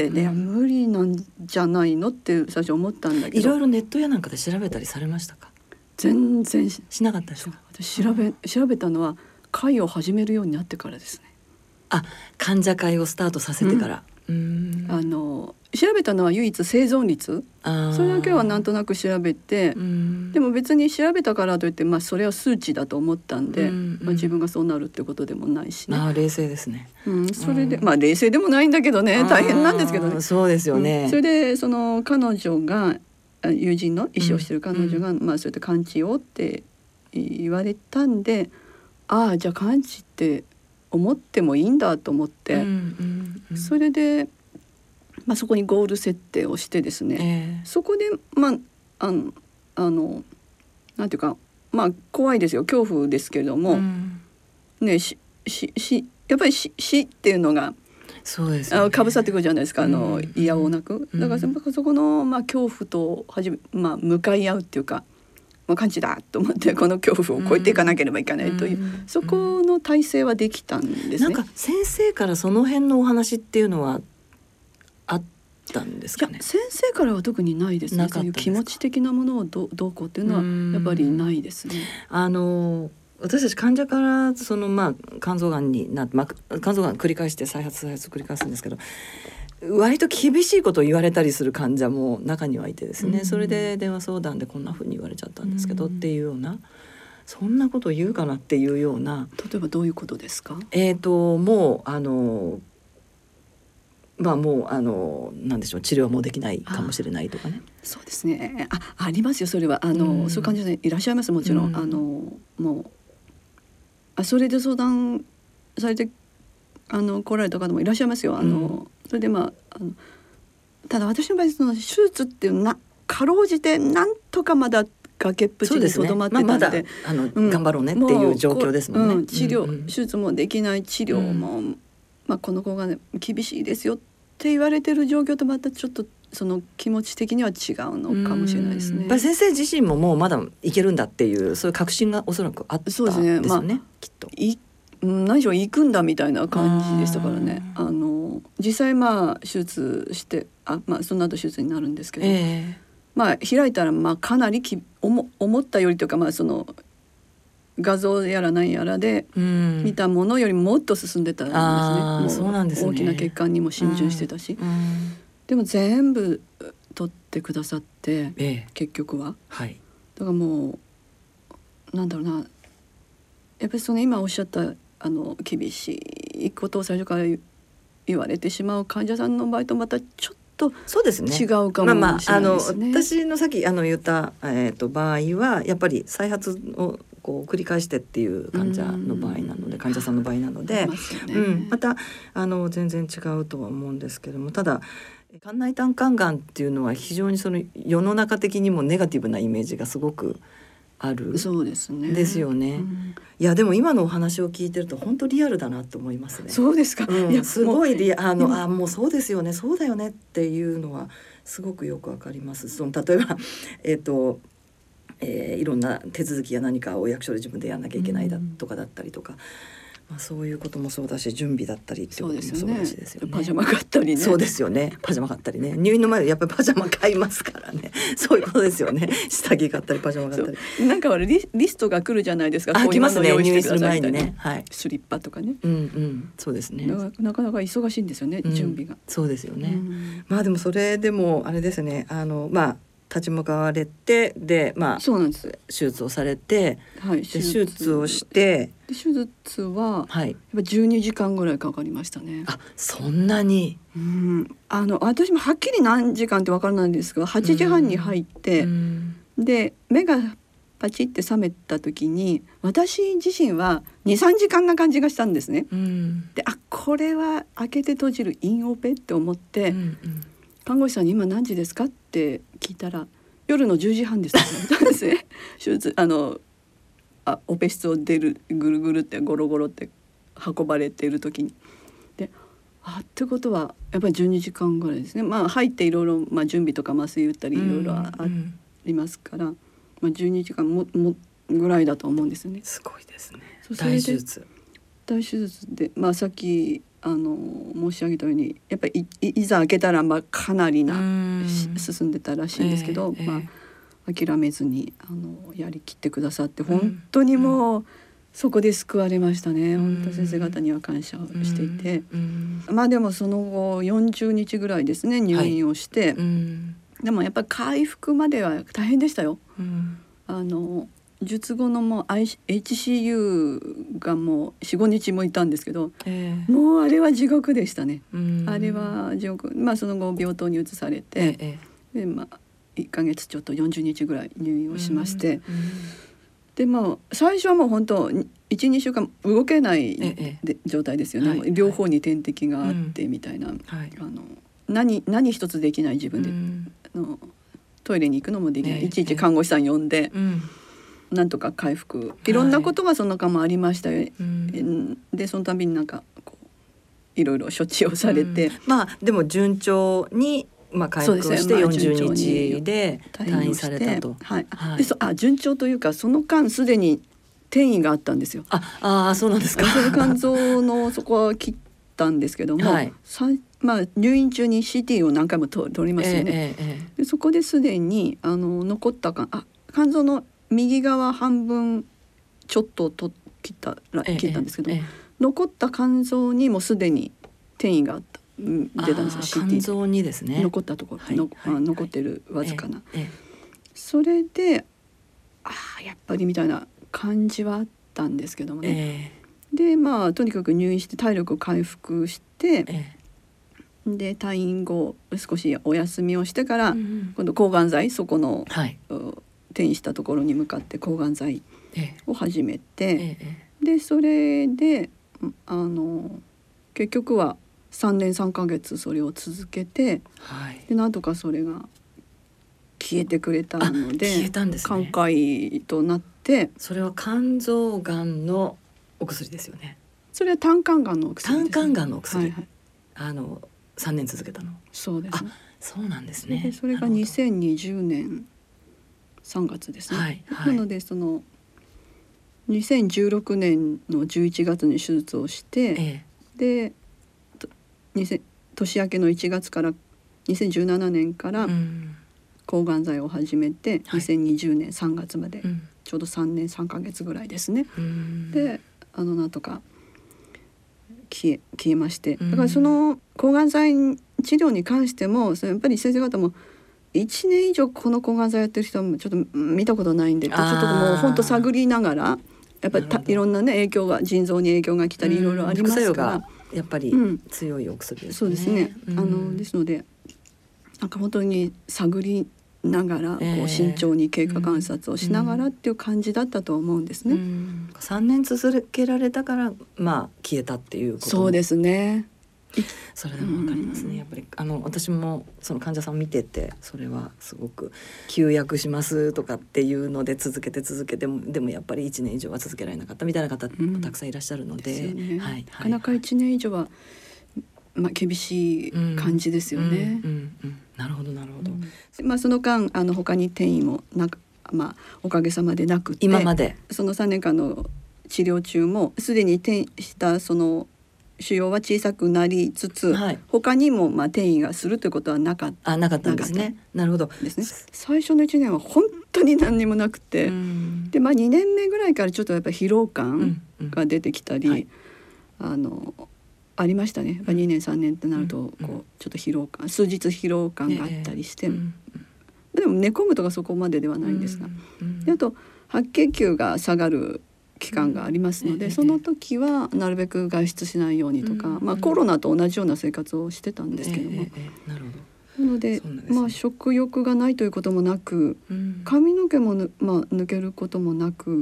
うん、で無理なんじゃないのって最初思ったんだけど、 いろいろネットやなんかで調べたりされましたか？ 全然 し, しなかったですか？ 私調べ、調べたのは会を始めるようになってからですね。 あ、患者会をスタートさせてから、うん、 あの調べたのは唯一生存率、それだけはなんとなく調べて、うん、でも別に調べたからといって、まあ、それは数値だと思ったんで、うん、まあ、自分がそうなるってことでもないしね。 あ、冷静ですね、 うん、それで、うん、まあ冷静でもないんだけどね、大変なんですけどね。 そうですよね、 うん、それでその彼女が友人の医師をしてる彼女が、うん、まあ、そうやって完治をって言われたんで、ああじゃあ完治って思ってもいいんだと思って、うんうんうん、それで、まあ、そこにゴール設定をしてですね、えー、そこでまああのあのなんていうか、まあ怖いですよ、恐怖ですけれども、うん、ね、しししやっぱり死っていうのがそうですよね、 かぶさってくるじゃないですか、あのいやおうなく、だからそこの、まあ、恐怖とはじめ、まあ、向かい合うっていうか、まあ、感じだと思ってこの恐怖を超えていかなければいけないという、うん、そこの体制はできたんですね。 なんか先生からその辺のお話っていうのはあったんですかね？ いや先生からは特にないですね。そういう気持ち的なものを ど, どうこうっていうのはやっぱりないですね。 あの私たち患者からその、まあ、肝臓がんになって、まあ、肝臓がん繰り返して再発再発繰り返すんですけど、割と厳しいことを言われたりする患者も中にはいてですね、うん、それで電話相談でこんな風に言われちゃったんですけど、うん、っていうような、そんなことを言うかなっていうような。 例えばどういうことですか？ えーともうあのまあもうあのなんでしょう、治療はもうできないかもしれないとかね。 そうですね、 あ, ありますよそれは。あの、うん、そういう感じでいらっしゃいます、もちろん、うん、あのもうあそれで相談されてあの来られた方もいらっしゃいますよ。あの、うん、それでまあ、あのただ私の場合その手術っていうなかろうじてなんとかまだ崖っぷちにとどまってたので、 ね、まあ、まだあの、うん、頑張ろうねっていう状況ですもんね。 うん、治療、うんうん、手術もできない治療も、うん、まあ、この子が、ね、厳しいですよって言われてる状況とまたちょっとその気持ち的には違うのかもしれないですね。 やっぱり先生自身ももうまだいけるんだっていうそういう確信がおそらくあったんですよね。そうですね、まあ、きっとい何しろ行くんだみたいな感じでしたからね。あの実際まあ手術してあ、まあ、その後手術になるんですけど、えー、まあ開いたらまあかなりき思ったよりというか、まあその画像やら何やらで見たものよりもっと進んでたんですね。 あ、そうなんですね。 大きな血管にも浸潤してたし、うんうん、でも全部取ってくださって、えー、結局は、はい、だからもうなんだろうな、やっぱりその今おっしゃったあの厳しいことを最初から言われてしまう患者さんの場合とまたちょっとそうですね、 違うかもしれないですね。 まあまあ、あの私のさっきあの言った、えー、と場合はやっぱり再発を起こう繰り返してっていう患者の場合なので、患者さんの場合なので、 ねうん、またあの全然違うとは思うんですけども、ただ肝内胆管がんっていうのは非常にその世の中的にもネガティブなイメージがすごくあるそうですね。 ですよね、うん、いやでも今のお話を聞いてると本当リアルだなと思いますね。 そうですか、 うん、いやすごいリアあの、うん、あもうそうですよねそうだよねっていうのはすごくよくわかります。その例えばえっとえー、いろんな手続きや何かを役所で自分でやんなきゃいけないだとかだったりとか、まあ、そういうこともそうだし準備だったりっていうこともそうだしですよね。 パジャマ買ったりね。 そうですよね。パジャマ買ったりね。入院の前やっぱりパジャマ買いますからね。そういうことですよね。下着買ったりパジャマ買ったり。 なんかリリストが来るじゃないですか。 あ、来ますね。入院する前にね。はい。 スリッパとかね。 うんうん。そうですね。 なかなか忙しいんですよね、うん、準備が。 そうですよね。うん、まあでもそれでもあれですね。あのまあ。立ち向かわれてでまあそうなんです。 手術をされて、 はい、 で手術をしてで手術は、 はい、やっぱじゅうにじかんぐらいかかりましたね。 あ、そんなに。 うん、あの私もはっきり何時間って分からないんですが、はちじはんに入って、うん、で目がパチって覚めた時に私自身は にさんじかんな感じがしたんですね。うん、で、あ、これは開けて閉じるインオペって思って、うんうん、看護師さんに今何時ですかって聞いたら夜のじゅうじはんですって言ったんですね。手術あのあオペ室を出るぐるぐるってゴロゴロって運ばれている時にで、あってことはやっぱりじゅうにじかんぐらいですね。まあ入っていろいろ、まあ、準備とか麻酔打ったりいろいろありますから、うんうん、まあ、じゅうにじかんももぐらいだと思うんですよね。 すごいですね。 大手術大手術で、まあ、さっきあの申し上げたようにやっぱり い, いざ開けたらまあかなりな進んでたらしいんですけど、えーえーまあ、諦めずにあのやりきってくださって本当にもうそこで救われましたね。本当先生方には感謝をしていて、まあでもその後よんじゅうにちぐらいですね入院をして、はい、でもやっぱり回復までは大変でしたよ。あの術後のもう エイチシーユー がもう よん,ご 日もいたんですけど、えー、もうあれは地獄でしたね。あれは地獄、まあ、その後病棟に移されて、えー、でまあ、いっかげつちょっとよんじゅうにちぐらい入院をしまして、でまあ最初はもう本当 いち,に 週間動けないで、えー、状態ですよね、はい、両方に点滴があってみたいな、はい、あの 何, 何一つできない自分で、あのトイレに行くのもできない、えー、いちいち看護師さん呼んで、えーなんとか回復いろんなことがその間もありましたよ、はい、うん、でそのたびになんかこういろいろ処置をされて、うん、 まあでも順調に、まあ、回復をしてよんじゅうにちで退院されたと、 はいはい、でそあ順調というかその間すでに転移があったんですよ。 ああそうなんですか。 その肝臓のそこは切ったんですけども、はい、さまあ、入院中に シーティー を何回も取りますよね、えーえー、でそこですでにあの残ったかあ肝臓の右側半分ちょっとと切った切ったんですけど、ええええ、残った肝臓にもすでに転移があった出たんですよ。 肝臓にですね残ったところ、はいのはい、残ってるわずかな、 ええ、 それであやっぱりみたいな感じはあったんですけどもね、え、でまあとにかく入院して体力を回復して、え、で退院後少しお休みをしてから、うん、今度抗がん剤そこの、はい、転移したところに向かって抗がん剤を始めて、ええ、でそれであの結局はさんねんさんかげつそれを続けて、はい、でなんとかそれが消えてくれたので消えたんですね。 寛解となって。 それは肝臓がんのお薬ですよね。 それは胆管がんのお薬です、ね、 胆管がんのお薬、はいはい、あのさんねん続けたの。 そうですね。 そうなんですね。 でそれがにせんにじゅうねんさんがつですね、はいはい、なのでそのにせんじゅうろくねんのじゅういちがつに手術をして、ええ、で年明けのいちがつからにせんじゅうななねんから抗がん剤を始めて、うん、にせんにじゅうねんさんがつまでちょうどさんねんさんかげつぐらいですね、うん、であのなんとか消え、消えまして、だからその抗がん剤治療に関してもやっぱり先生方もいちねん以上この抗がん剤やってる人もちょっと見たことないんでちょっともう本当探りながらやっぱりいろんなね影響が腎臓に影響が来たりいろいろありますから、うん、 やっぱり強いお薬ですね、 うん、そうですね、うん、あのですのでなんか本当に探りながら、 えー、 こう慎重に経過観察をしながらっていう感じだったと思うんですね。 うん、さんねん続けられたからまあ消えたっていうこと。 そうですね。 それでも分かりますね。やっぱりあの私もその患者さんを見てて、それはすごく休薬しますとかっていうので続けて続けてもでもやっぱりいちねん以上は続けられなかったみたいな方もたくさんいらっしゃるので、うんでね、はい、 なかなかいちねん以上は、まあ、厳しい感じですよね。 うんうんうんうん、なるほどなるほど。 うん、まあ、その間あの他に転移もなく、まあ、おかげさまでなくて、 今までそのさんねんかんの治療中もすでに転移したその腫瘍は小さくなりつつ、はい、他にもまあ転移がするということはなかった。 あ、なかったんですね。なるほどですね。最初のいちねんは本当に何にもなくて、うん、でまあにねんめぐらいからちょっとやっぱり疲労感が出てきたり、うんうん、はい、あのありましたね。やっぱにねんさんねんってなるとこう、うん、ちょっと疲労感、数日疲労感があったりして、えーうん、でも寝込むとかそこまでではないんですが、うんうん、であと白血球が下がる期間がありますので、うん、その時はなるべく外出しないようにとか、うん、まあ、コロナと同じような生活をしてたんですけども、えーえー、なるほど。なので、ね、まあ、食欲がないということもなく、うん、髪の毛もぬ、まあ、抜けることもなく、うん、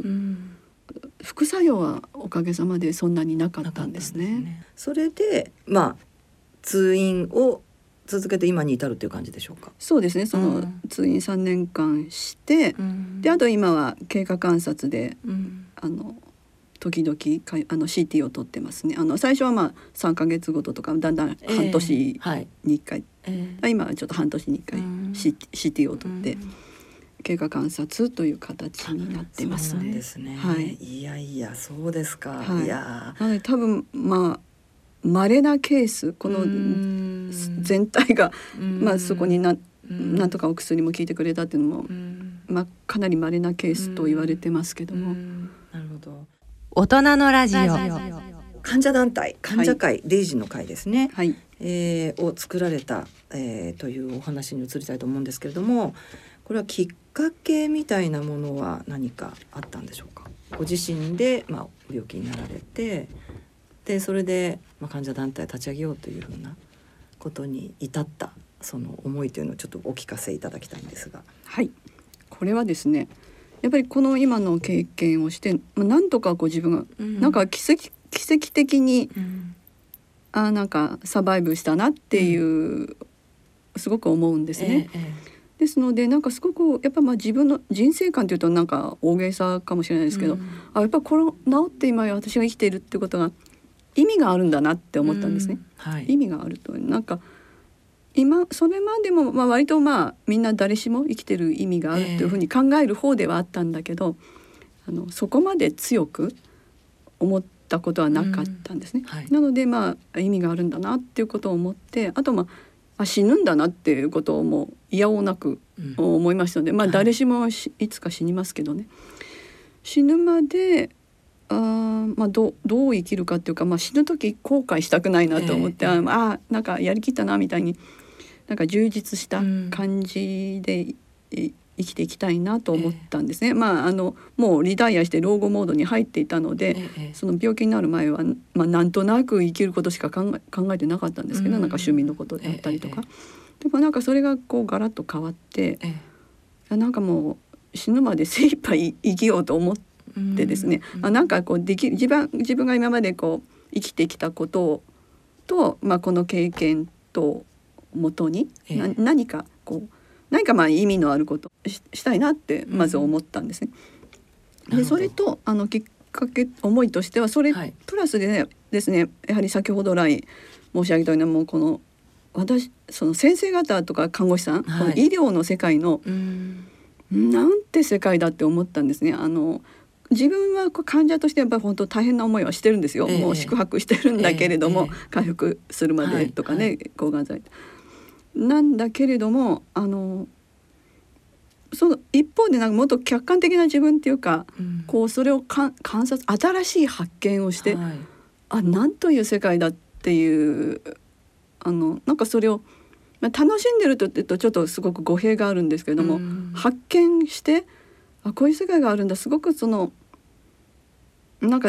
副作用はおかげさまでそんなになかったんですね。ですね。 それで、まあ、通院を続けて今に至るという感じでしょうか。 そうですね。その通院さんねんかんして、うん、であと今は経過観察で、うん、あの時々かあの シーティー を取ってますね。あの最初はまあさんかげつごととかだんだん半年にいっかい、えーはい、今はちょっと半年にいっかい シーティー を取って、うん、経過観察という形になってますね。 そうなんですね。 はい、 いやいやそうですか。 はい、 いやなので多分まあ稀なケース、この全体がまあそこにななんとかお薬も効いてくれたっていうのも、まあ、かなり稀なケースと言われてますけども。 なるほど。 大人のラジオ患者団体患者会、はい、デイジーの会ですね、 はい、 えー、を作られた、えー、というお話に移りたいと思うんですけれども、これはきっかけみたいなものは何かあったんでしょうか。ご自身で、まあ、病気になられて、でそれで、まあ、患者団体を立ち上げようというふうなことに至ったその思いというのをちょっとお聞かせいただきたいんですが。 はい、これはですね、やっぱりこの今の経験をして、まあ、なんとかこう自分が、うん、なんか奇跡、奇跡的に、うん、あなんかサバイブしたなっていう、うん、すごく思うんですね。ええ、ですのでなんかすごくやっぱまあ自分の人生観というとなんか大げさかもしれないですけど、うん、あやっぱこれ治って今私が生きているってことが意味があるんだなって思ったんですね。うん、はい、意味があるとなんか今それまでもまあ割とまあみんな誰しも生きてる意味があるというふうに考える方ではあったんだけど、えー、あのそこまで強く思ったことはなかったんですね。うん、はい、なのでまあ意味があるんだなっていうことを思って、あとまああ死ぬんだなっていうことをもういやおうなく思いましたので、うん、まあ誰しもし、はい、いつか死にますけどね、死ぬまであ、まあ、ど, どう生きるかっていうか、まあ、死ぬ時後悔したくないなと思って、えー、ああなんかやりきったなみたいになんか充実した感じで、うん、生きていきたいなと思ったんですね。えー、まああのもうリタイアして老後モードに入っていたので、えー、その病気になる前は、まあ、なんとなく生きることしか考え、考えてなかったんですけど、うん、なんか趣味のことであったりとか、えー、でもなんかそれがこうガラッと変わって、えー、なんかもう死ぬまで精一杯生きようと思ってでですね、うん、あなんかこうでき自分自分が今までこう生きてきたことと、まあ、この経験ともとに、えー、な何かこう何かまあ意味のあることを し, したいなってまず思ったんですね。うん、でそれとあのきっかけ思いとしてはそれ、はい、プラスで、ね、ですねやはり先ほど来申し上げたようなもうこの私その先生方とか看護師さん、はい、この医療の世界の、うん、なんて世界だって思ったんですね。あの自分は患者としてやっぱり本当大変な思いはしてるんですよ。えー、もう宿泊してるんだけれども、えーえー、回復するまでとかね、はいはい、抗がん剤なんだけれどもあのその一方でなんかもっと客観的な自分っていうか、うん、こうそれをか観察新しい発見をして、はい、あなんという世界だっていうあのなんかそれを、まあ、楽しんでると言うとちょっとすごく語弊があるんですけれども、うん、発見してあこういう世界があるんだすごくそのなんか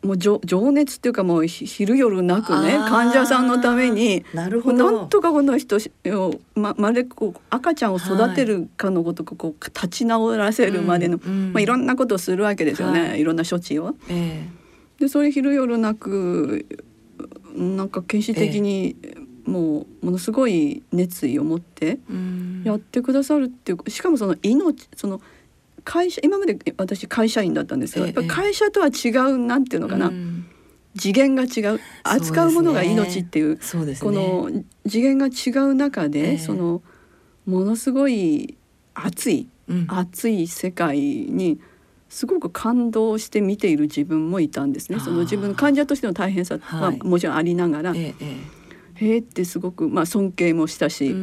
もう情熱っていうかもう昼夜なくね患者さんのためになるほどなんとかこの人をままるこう赤ちゃんを育てるかのごとくこう立ち直らせるまでの、はいまあ、いろんなことをするわけですよね、はい、いろんな処置を。えー、でそれ昼夜なくなんか決死的に、えーもうものすごい熱意を持ってやってくださるっていう、しかもその命その会社今まで私会社員だったんですけど、ええ、やっぱ会社とは違うなんていうのかな、うん、次元が違う扱うものが命っていう、 そうですね、 この次元が違う中で、ええ、そのものすごい熱い、うん、熱い世界にすごく感動して見ている自分もいたんですね。その自分の患者としての大変さはもちろんありながら、ええへーってすごく、まあ、尊敬もしたし、うん、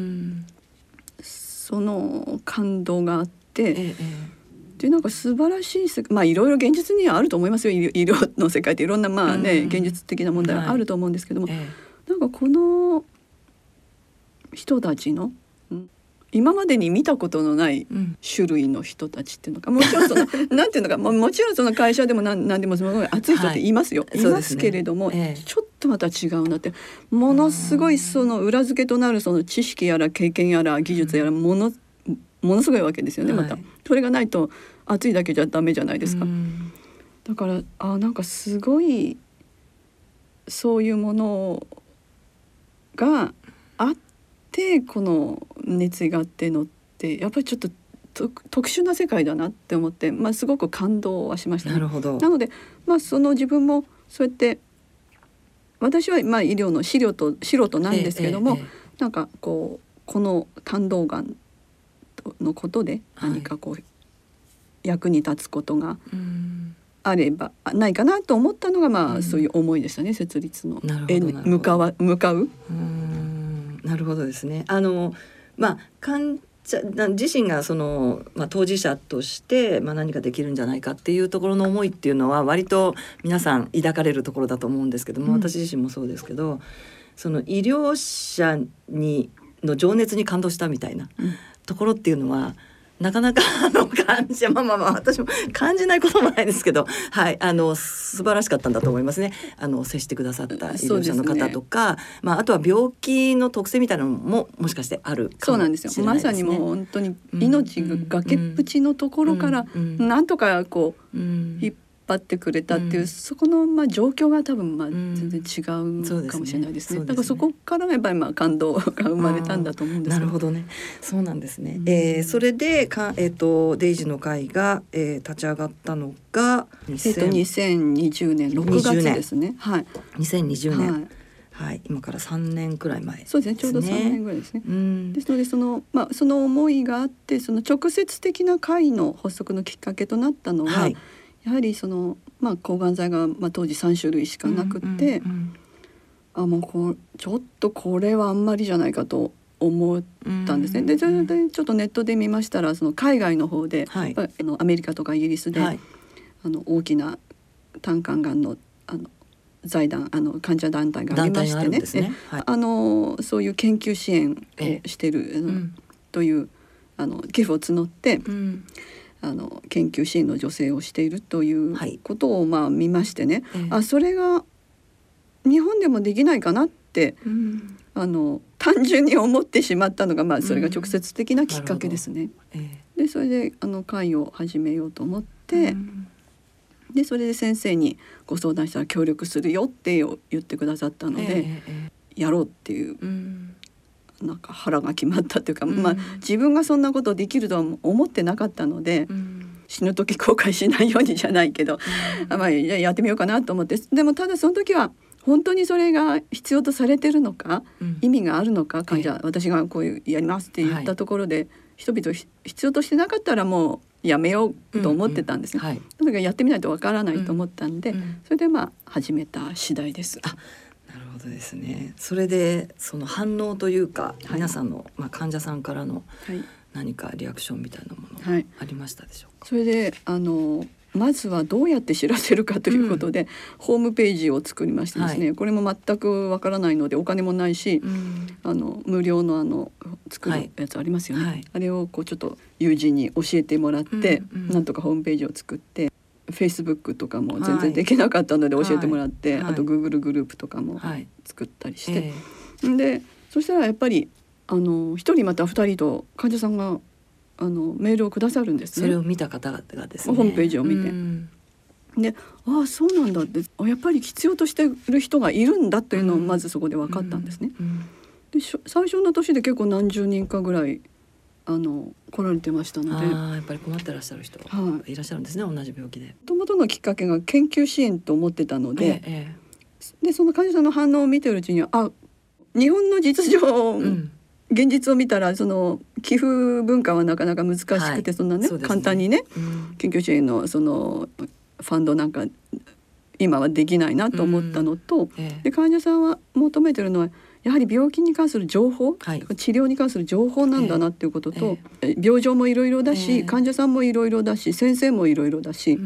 その感動があって、ええ、でなんか素晴らしい世界、まあいろいろ現実にはあると思いますよ。医療の世界っていろんなまあね、うん、現実的な問題はあると思うんですけども、はい、なんかこの人たちの、うん、今までに見たことのない種類の人たちっていうのか、もちろんそのなんていうのか、も, もちろんその会社でも何何でもすごい熱い人っていますよ、はい、いますけれども、ねええ、ちょっとまた違うなって、ものすごいその裏付けとなるその知識やら経験やら技術やらもの、ものすごいわけですよね。また、はい、それがないと熱いだけじゃダメじゃないですか。だからあなんかすごいそういうものがあってこの熱意があってのってやっぱりちょっと特殊な世界だなって思って、まあ、すごく感動はしましたね。 なるほど。 なので、まあ、その自分もそうやって私はまあ医療の資料と素人なんですけども、ええええ、なんかこうこの胆道がんのことで何かこう、はい、役に立つことがあればないかなと思ったのが、まあ、うん、そういう思いでしたね。設立の絵に向かわ向かう。 うーんなるほどですね。あのまあ患者自身がその、まあ、当事者として、まあ、何かできるんじゃないかっていうところの思いっていうのは割と皆さん抱かれるところだと思うんですけども、うん、私自身もそうですけど、その医療者にの情熱に感動したみたいなところっていうのは、なかなかあの感じまあまあまあ私も感じないこともないですけど、はい、あの素晴らしかったんだと思いますね。あの接してくださった医療者の方とか、ね、まあ、あとは病気の特性みたいなのももしかしてあるかもしれないですね。 そうなんですよ。まさにもう本当に命が崖っぷちのところからなんとかこう引っ張ってくれたっていう、うん、そこのまあ状況が多分まあ全然違うかもしれないですね。うん、だからそこからやっぱりまあ感動が生まれたんだと思うんですけど。 なるほどね。そうなんですね。うん、えー、それでか、えー、とデイジーの会が、えー、立ち上がったのがえー、とにせんにじゅうねんろくがつですね。はい。 にせんにじゅうねん。はいはい、今からさんねんくらい前ですね。 そうですね、ちょうどさんねんぐらいですね。うん、ですのでその、まあ、その思いがあって、その直接的な会の発足のきっかけとなったのは、はい、やはりその、まあ、抗がん剤が、まあ、当時さんしゅるいしかなくって、うんうんうん、あもうこうちょっとこれはあんまりじゃないかと思ったんですね。でそれでちょっとネットで見ましたら、その海外の方で、はい、あのアメリカとかイギリスで、はい、あの大きな胆管がんのあの財団あの患者団体がありまして ね, ね、はい、あのそういう研究支援をしている、うん、というあの寄付を募って、うん、あの研究支援の助成をしているということを、まあ、見ましてね、はい、あそれが日本でもできないかなって、うん、あの単純に思ってしまったのが、まあ、それが直接的なきっかけですね。うん、でそれであの会を始めようと思って、うんでそれで先生にご相談したら協力するよって言ってくださったので、えー、やろうっていう、うん、なんか腹が決まったというか、うんまあ、自分がそんなことできるとは思ってなかったので、うん、死ぬ時後悔しないようにじゃないけど、うんまあ、やってみようかなと思って、でもただその時は本当にそれが必要とされてるのか、うん、意味があるのか、患者、えー、私がこういうやりますって言ったところで、はい、人々必要としてなかったらもうやめようと思ってたんですね。うんうんはい、だからやってみないとわからないと思ったんで、うんうん、それでまあ始めた次第です。 あ、なるほどですね。それでその反応というか、はい、皆さんの、まあ、患者さんからの何かリアクションみたいなものありましたでしょうか。 はい、それであのまずはどうやって知らせるかということで、うん、ホームページを作りましてですね、はい、これも全くわからないのでお金もないし、うん、あの無料のあの作るやつありますよね、はい、あれをこうちょっと友人に教えてもらって、うんうん、なんとかホームページを作って Facebook とかも全然できなかったので教えてもらって、 はいはい、 あと Google グループとかも作ったりして、 はいえー、でそしたらやっぱりあのひとりまたふたりと患者さんがあのメールをくださるんですね。 それを見た方々がですね、 ホームページを見て、うん、でああそうなんだって、やっぱり必要としている人がいるんだというのをまずそこで分かったんですね、うんうんうん、で最初の年で結構何十人かぐらいあの来られてましたので、 あやっぱり困ってらっしゃる人いらっしゃるんですね、はい、同じ病気で。もともとのきっかけが研究支援と思ってたので、 ええ、でその患者さんの反応を見てるうちにあ日本の実情、うん、現実を見たらその寄付文化はなかなか難しくて、はい、そんなね、ね簡単にね、うん、研究支援のそのファンドなんか今はできないなと思ったのと、うんええ、で患者さんは求めてるのはやはり病気に関する情報、はい、治療に関する情報なんだなっていうことと、ええ、病状もいろいろだし、え、患者さんもいろいろだし先生もいろいろだし、うんうん、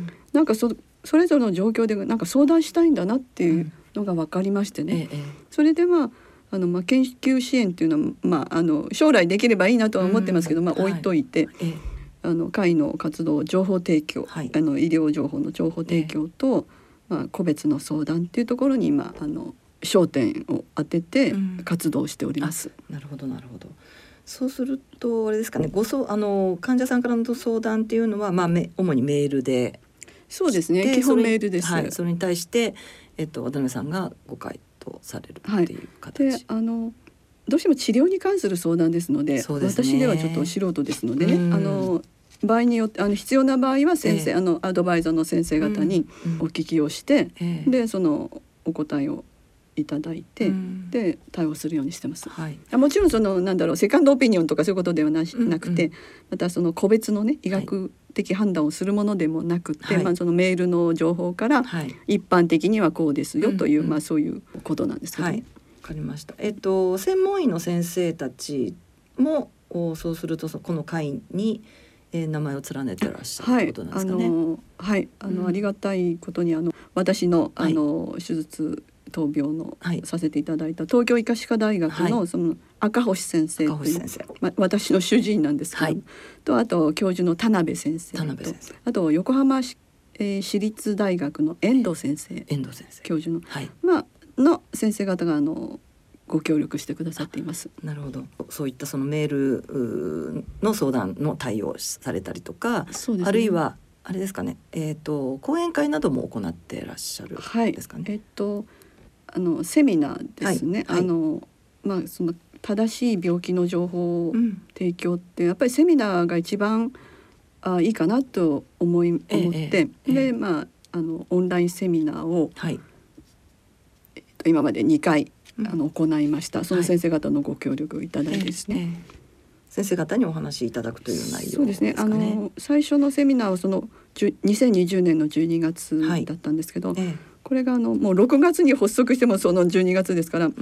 なんか そ, それぞれの状況でなんか相談したいんだなっていうのが分かりましてね、うん、それでまああのまあ研究支援っていうのは、まあ、あの将来できればいいなとは思ってますけど、うん、まあ、置いといて、はい、あの会の活動情報提供、はい、あの医療情報の情報提供と、まあ、個別の相談っていうところに今あの焦点を当てて活動しております、 うん、なるほどなるほど。そうするとあれですかね、ごそうあの患者さんからの相談っていうのは、まあ、め主にメールで。 そうですね、基本メールです。 それ、はい、それに対して、えっと、渡辺さんがご回答されるっていう形、 はい、であのどうしても治療に関する相談ですの で, そうですね、 私ではちょっと素人ですのでね、あの場合によってあの必要な場合は先生、えー、あのアドバイザーの先生方にお聞きをして、うんうん、でそのお答えをいただいて、うん、で対応するようにしてます、はい、もちろんそのなんだろうセカンドオピニオンとかそういうことでは な, し、うんうん、なくて、またその個別のね医学的判断をするものでもなくて、はい、まあ、そのメールの情報から一般的にはこうですよという、はい、まあ、そういうことなんですけど、ね、 はい、わかりました。えっと専門医の先生たちもそうするとこの会にえー、名前を連ねてらっしゃることなんですかね。はい、あの、はい、あの、うん、ありがたいことにあの私のあの、はい、手術闘病の、はい、させていただいた東京医科歯科大学の、はい、その赤星先生という、ま、私の主治医なんですけど、はい、とあと教授の田辺先生と田辺先生、あと横浜市、えー、市立大学の遠藤先生、 遠藤先生教授の、はい、まあ、の先生方があのご協力してくださっています。 なるほど。そういったそのメールの相談の対応されたりとか、そうですね、あるいはあれですかね、えーと、講演会なども行っていらっしゃるんですかね。 はい、えーと、あのセミナーですね、はいはい、あのまあ、その正しい病気の情報提供って、うん、やっぱりセミナーが一番あいいかなと思い思って、えええ、で、まあ、あのオンラインセミナーを、はい、えーと、今までにかいあの行いました。その先生方のご協力をいただいてですね、はい、えーえー、先生方にお話しいただくという内容ですかね。 そうですね、あの最初のセミナーはそのにせんにじゅうねんのじゅうにがつだったんですけど、はい、えー、これがあのもうろくがつに発足してもそのじゅうにがつですから、うん、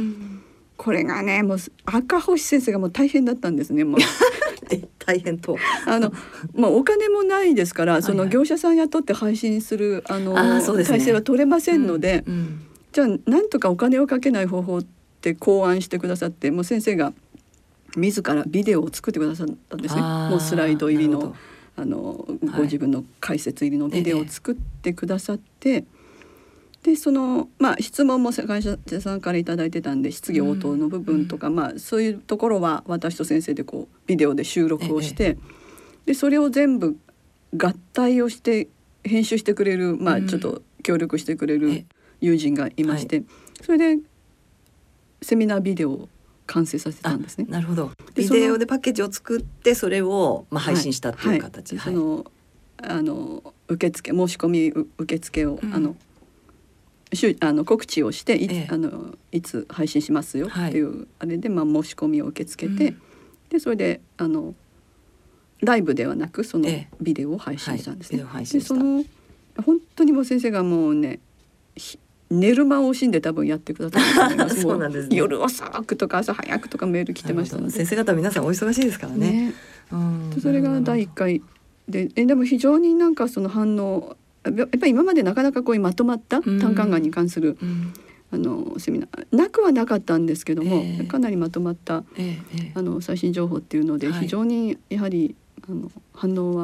これがねもう赤星先生がもう大変だったんですね。もうえ大変とあの、まあ、お金もないですからその業者さん雇って配信するあのあ、そうですね、体制は取れませんので、うんうん、じゃあなんとかお金をかけない方法って考案してくださって、もう先生が自らビデオを作ってくださったんですね。もうスライド入りの、あのご自分の解説入りのビデオを作ってくださって、はい、でその、まあ、質問も会社さんからいただいてたんで質疑応答の部分とか、うん、まあ、そういうところは私と先生でこうビデオで収録をして、でそれを全部合体をして編集してくれる、まあ、ちょっと協力してくれる友人がいまして、はい、それでセミナービデオを完成させたんですね。 なるほど。ビデオでパッケージを作ってそれを、まあ、配信したっていう形、 はいはい、そのあの受付申し込み受付を、うん、あのあの告知をして い,、ええ、あのいつ配信しますよっていう、はい、あれで、まあ、申し込みを受け付けて、うん、でそれであのライブではなくそのビデオを配信したんですね。 ええ、 でその本当にもう先生がもうね寝る間を惜しんで多分やってくださったと思います。そうなんですね。夜遅くとか朝早くとかメール来てましたので、 先生方皆さんお忙しいですからね。ね、 うん、それがだいいっかいで、えでも非常になんかその反応やっぱり今までなかなかこういうまとまった胆管がんに関する、うん、あのセミナーなくはなかったんですけども、えー、かなりまとまった、えー、あの最新情報っていうので、はい、非常にやはりあの反応は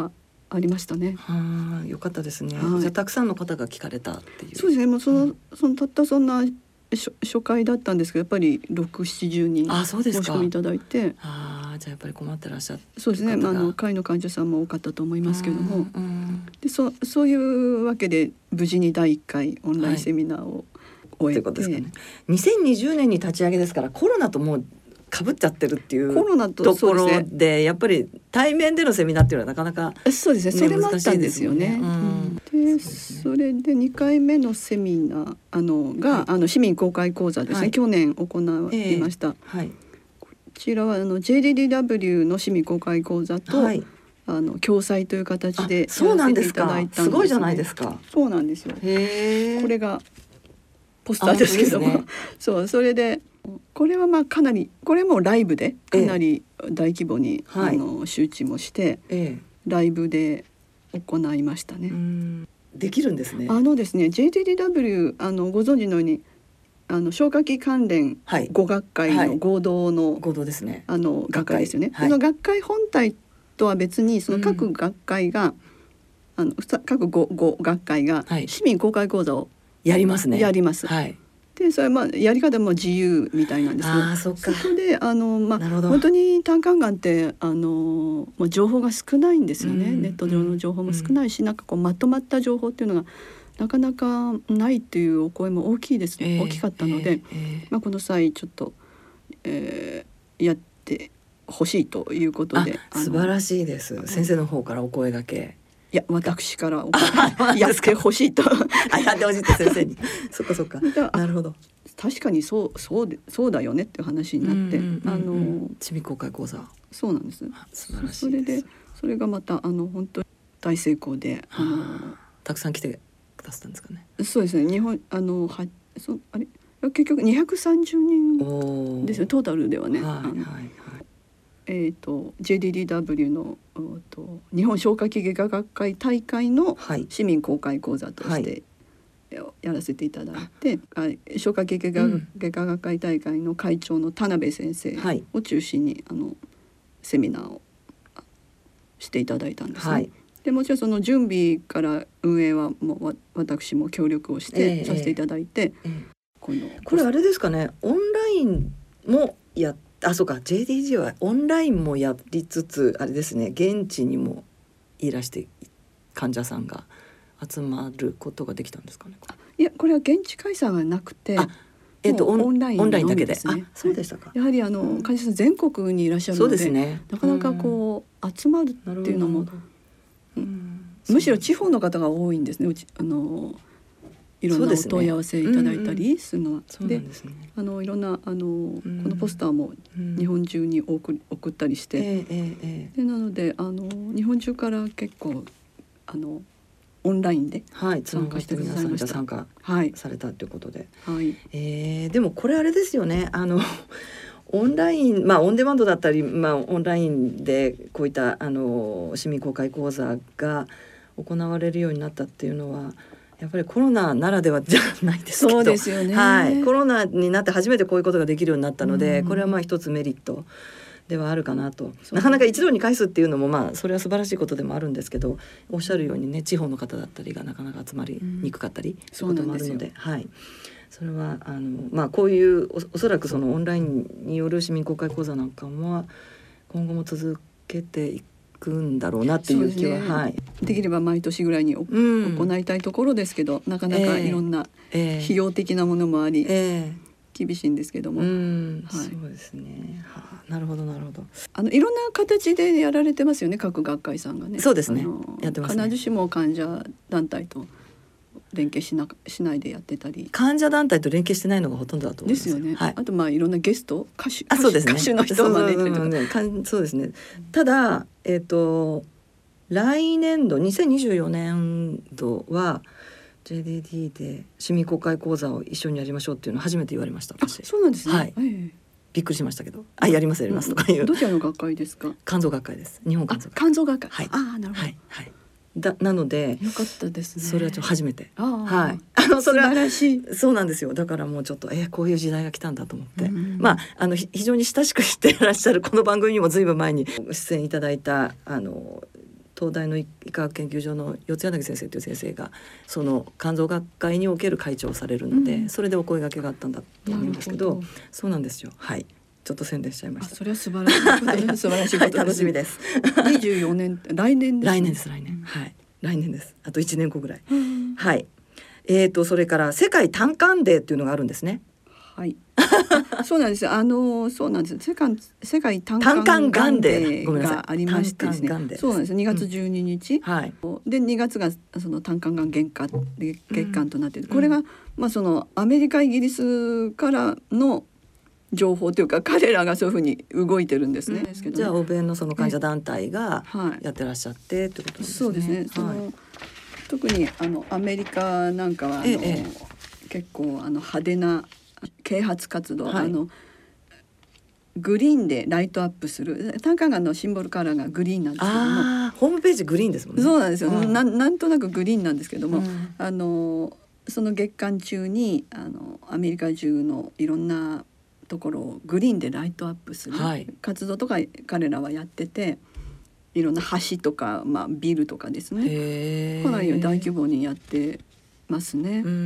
ありましたね。 はあ、よかったですね、 はい、 じゃあたくさんの方が聞かれたっていう。 そうですね、もうその、うん、そのたったそんな初, 初回だったんですけど、やっぱりろく、ななじゅうにん申し込みいただいて、 ああ、じゃあやっぱり困ってらっしゃった。 そうですね、まあ、あの会の患者さんも多かったと思いますけども、うんうん、で そ, そういうわけで無事にだいいっかいオンラインセミナーを終えて、はい、ということですかね。 にせんにじゅうねんに立ち上げですから、コロナともうかぶっちゃってるっていうコロナとところ で, でやっぱり対面でのセミナーっていうのはなかなか、 ね、そうですね、それもあったんですよね。で、それでにかいめのセミナーあのが、はい、あの市民公開講座ですね、はい、去年行われました、えーはい、こちらはあの ジェイディーディーダブリュー の市民公開講座と、はい、あの共催という形でやらせていただいたんです、ね、 すごいじゃないですか。 そうなんですよ。 へー、 これがポスターですけども、ね、そうそれでこれはまあかなりこれもライブでかなり大規模に、ええ、あの周知もして、ええ、ライブで行いましたね。 うん、できるんですね。 あのですね ジェイディーディーダブリュー あのご存知のようにあの消化器関連ご学会の合同の、はい、 合同ですね、 あの学会ですよね。はい、その学会本体とは別にその各学会が、うん、あの各 5, 5学会が市民公開講座をやりますね。 やります。はい。でそれまあやり方も自由みたいなんですけど、 あ、そっか。 そこであの、まあ、本当に胆管がんってあのもう情報が少ないんですよね、うん、ネット上の情報も少ないし、うん、なんかこうまとまった情報っていうのがなかなかないっていうお声も大きいです、えー、大きかったので、えーえーまあ、この際ちょっと、えー、やってほしいということで。 あ、素晴らしいです。先生の方からお声掛け。 いや私からやってほしいとあ、やってほしいって先生にそっかそっか、なるほど。 確かにそうそうでそうだよねっていう話になって、あの市民公開講座、 そうなんです。 素晴らしいです。 それでそれがまたあの本当に大成功で、あのたくさん来てくださったんですかね。 そうですね、日本あのはそあれ結局にひゃくさんじゅうにんですよトータルではね。はいはいはい。えー、と ジェイディーディーダブリュー のと日本消化器外科学会大会の市民公開講座としてやらせていただいて、はい、消化器外科、うん、外科学会大会の会長の田辺先生を中心に、はい、あのセミナーをしていただいたんですね。はい、でもちろんその準備から運営はもう私も協力をしてさせていただいて、えーえー、 このこれあれですかね、オンラインもやってあ、そうか ジェイディージー はオンラインもやりつつあれですね、現地にもいらして患者さんが集まることができたんですかね。 いや、これは現地開催がなくて、 えー、とオン, オンラインオンラインだけで、 すね、 あ、そうでしたか。 やはりあの、うん、患者さん全国にいらっしゃるの で, そうです、ね、 なかなかこう集まるっていうのも、うん、むしろ地方の方が多いんですね。うちあのいろんなお問い合わせいただいたりするのは、で、あのいろんなあの、うん、このポスターも日本中に送り、送ったりして、えーえー、でなのであの日本中から結構あのオンラインで参加してくださいました。 参加されたということで、 はい、 えー、でもこれあれですよね、あのオンライン、まあオンデマンドだったり、まあオンラインでこういったあの市民公開講座が行われるようになったっていうのは。やっぱりコロナならではじゃないですけど、 そうですよね、 はい、コロナになって初めてこういうことができるようになったので、うん、これはまあ一つメリットではあるかなと。なかなか一度に返すっていうのもまあそれは素晴らしいことでもあるんですけど、おっしゃるようにね、地方の方だったりがなかなか集まりにくかったりすることもあるので、うん、はい、それはあの、まあ、こういう お, おそらくそのオンラインによる市民公開講座なんかは今後も続けていくくんだろうなっていう気は、ね、はい、 できれば毎年ぐらいに、うん、行いたいところですけど、なかなかいろんな費用的なものもあり、えー、厳しいんですけども、うん、 はい、そうですね、はあ、なるほどなるほど。 あのいろんな形でやられてますよね、各学会さんがね。 そうですね、やってますね。 必ずしも患者団体と連携し な, しないでやってたり、 患者団体と連携してないのがほとんどだと思いますですよね、 はい、 あとまあいろんなゲスト歌手、 あ、そうですね、 歌手の人を招いてるとか、 そうですね。ただえっ、ー、と来年度にせんにじゅうよねんどは ジェイディーディー で市民公開講座を一緒にやりましょうっていうのを初めて言われました。私。 あ、そうなんですね、はい、えー、びっくりしましたけど、あ、やりますやりますとかいう。 どちらの学会ですか？ 肝臓学会です。日本肝臓学会。 肝臓学会、 はい、 ああ、なるほど、 はいはい、だなのでよかったですね。 それはちょっと初めて、 あ、 はい、あのそれは素晴らしい。 そうなんですよ。だからもうちょっとえー、こういう時代が来たんだと思って、うん、まああの非常に親しく知っていらっしゃるこの番組にもずいぶん前に出演いただいたあの東大の医科学研究所の四柳先生という先生がその肝臓学会における会長をされるので、うん、それでお声掛けがあったんだと思うんですけど、そうなんですよ。はい、ちょっと宣伝しちゃいました。 それは素晴らしいことです。素晴らしいことです。 はい、楽しみです。 にじゅうよねん来年です、ね、 来年です来年、うん、はい来年です。あといちねんごぐらい、うん、はい。えーとそれから世界胆管デーっていうのがあるんですね。 はいそうなんです。あのそうなんです。世界世界胆管がんデーがありましてですね。そうなんです。にがつじゅうににち、うん、はい、でにがつがその胆管がん月間月間となっている、うん、これが、まあ、そのアメリカイギリスからの情報というか彼らがそういうふうに動いてるんですね。うん、 じゃあ欧米のその患者団体がやってらっしゃってってことですね。 そうですね。その、はい、特にあのアメリカなんかはあの、ええ、結構あの派手な啓発活動、はい、あのグリーンでライトアップする胆管がんのシンボルカラーがグリーンなんですけども、 あホームページグリーンですもんね。 そうなんですよ、うん、な, なんとなくグリーンなんですけども、うん、あのその月間中にあのアメリカ中のいろんなところをグリーンでライトアップする活動とか彼らはやってて、いろんな橋とか、まあ、ビルとかですね、かなり大規模にやってますね。うん、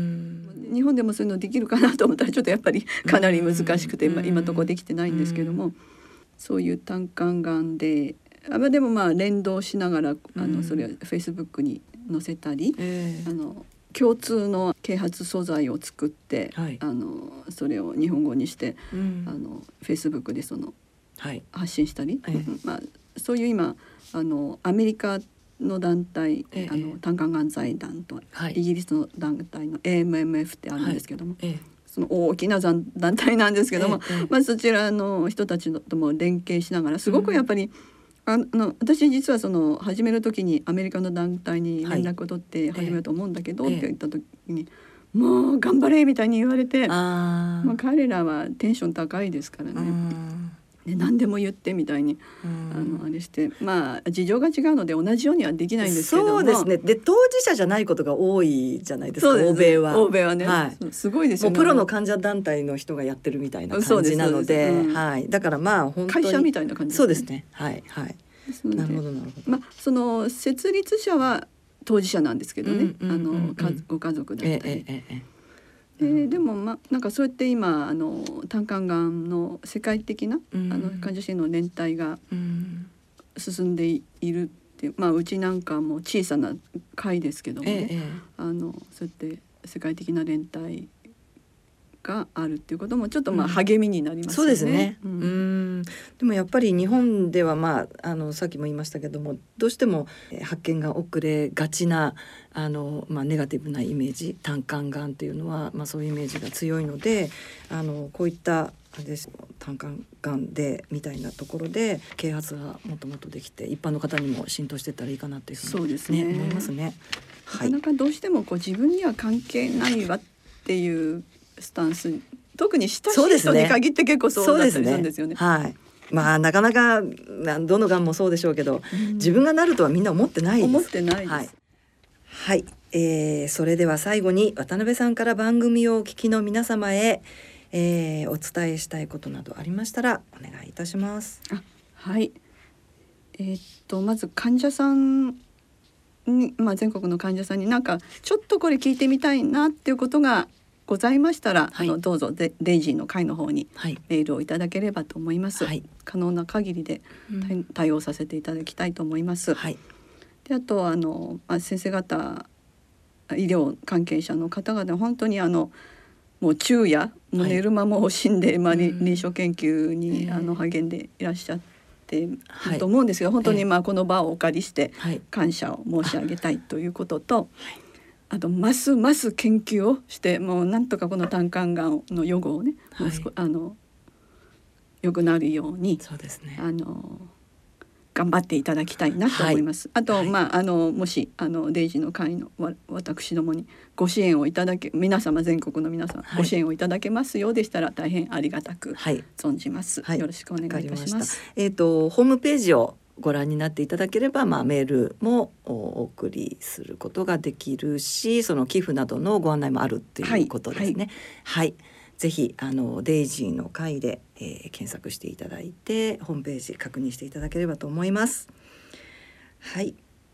日本でもそういうのできるかなと思ったらちょっとやっぱりかなり難しくて、まあ、今のところできてないんですけども、そういう胆管がんであでもまあ連動しながらあのそれをフェイスブックに載せたり、あの共通の啓発素材を作って、はい、あのそれを日本語にして、うん、あのフェイスブックでその、はい、発信したり、えーまあ、そういう今あのアメリカの団体、ええ、あの胆管がん財団と、はい、イギリスの団体の エーエムエムエフ ってあるんですけども、はい、ええ、その大きな団体なんですけども、ええまあ、そちらの人たちとも連携しながらすごくやっぱり、うん、あの私実はその始める時にアメリカの団体に連絡を取って始めようと思うんだけど、はい、って言った時に、ええ、もう頑張れみたいに言われて、あ、まあ、彼らはテンション高いですからね。で何でも言ってみたいに、うん、あのあれしてまあ事情が違うので同じようにはできないんですけども、 そうですね。で当事者じゃないことが多いじゃないですか。欧米は欧米はね、はい、すごいですよね。 もうプロの患者団体の人がやってるみたいな感じなので、うん、はい、だからまあ本当に会社みたいな感じですね。 そうですね。はいはい。なるほどなるほど。 まあその設立者は当事者なんですけどね、うんうんうんうん、あのご家族だったり。えええええー、でもまなんかそうやって今あの胆管がんの世界的な、うん、あの患者支援の連帯が進んでいるっていう、まあ、うちなんかも小さな会ですけどもね、ええ、あのそうやって世界的な連帯があるっていうこともちょっとまあ励みになりますよね。 そうですね。うん、うんでもやっぱり日本では、まあ、あのさっきも言いましたけどもどうしても発見が遅れがちなあの、まあ、ネガティブなイメージ胆管がんというのは、まあ、そういうイメージが強いのであのこういった胆管がんでみたいなところで啓発がもっともっとできて一般の方にも浸透していったらいいかなというふうに、そうですね、思いますね。 はい、なかなかどうしてもこう自分には関係ないわっていうスタンス、特に親しい人に限って結構そうだったりするんですよね。 はい、まあなかなかどのがんもそうでしょうけど、うん、自分がなるとはみんな思ってないです。 思ってないです。 はい、はい、えー、それでは最後に渡辺さんから番組をお聞きの皆様へ、えー、お伝えしたいことなどありましたらお願いいたします。 あ、はい、えー、っとまず患者さんに、まあ、全国の患者さんになんかちょっとこれ聞いてみたいなっていうことがございましたら、はい、あのどうぞデイジーの会の方にメールをいただければと思います。はい、可能な限りで、うん、対応させていただきたいと思います。はい、であとあの、まあ、先生方医療関係者の方々本当にあのもう昼夜もう寝る間も惜しんで、はい、まあ、臨床研究に、うん、あの励んでいらっしゃっていると思うんですが、はい、本当にまあこの場をお借りして感謝を申し上げたいということと、はい、あとますます研究をしてもうなんとかこの胆管がんの予後をね、はい、あの良くなるように、そうですね、あの頑張っていただきたいなと思います。はい、あと、はい、まあ、あのもしあのデイジーの会のわ私どもにご支援をいただけ皆様全国の皆様、はい、ご支援をいただけますようでしたら大変ありがたく存じます。はい、よろしくお願いいたします。 えーと、ホームページをご覧になっていただければ、まあ、メールもお送りすることができるし、その寄付などのご案内もあるということですね。はい、はい、ぜひあのデイジーの会で、えー、検索していただいてホームページ確認していただければと思います。はい、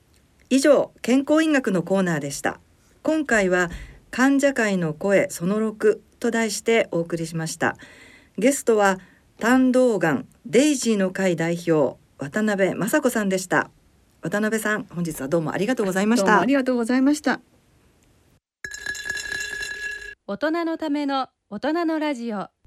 以上、健康医学のコーナーでした。今回は患者会の声そのろくと題してお送りしました。ゲストは胆道がんデイジーの会代表渡辺雅子さんでした。渡辺さん、本日はどうもありがとうございました。 どうもありがとうございました。 大人のための大人のラジオ。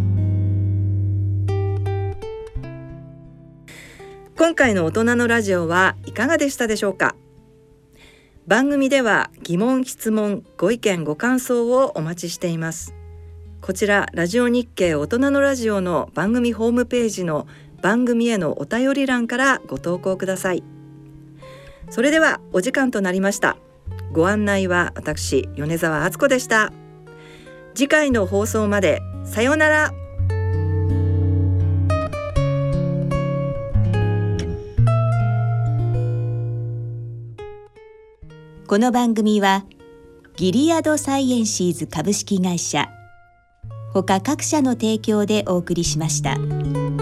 今回の大人のラジオはいかがでしたでしょうか。番組では疑問、質問、ご意見、ご感想をお待ちしています。こちらラジオ日経大人のラジオの番組ホームページの番組へのお便り欄からご投稿ください。それではお時間となりました。ご案内は私米沢敦子でした。次回の放送までさようなら。 この番組はギリアドサイエンシーズ株式会社他各社の提供でお送りしました。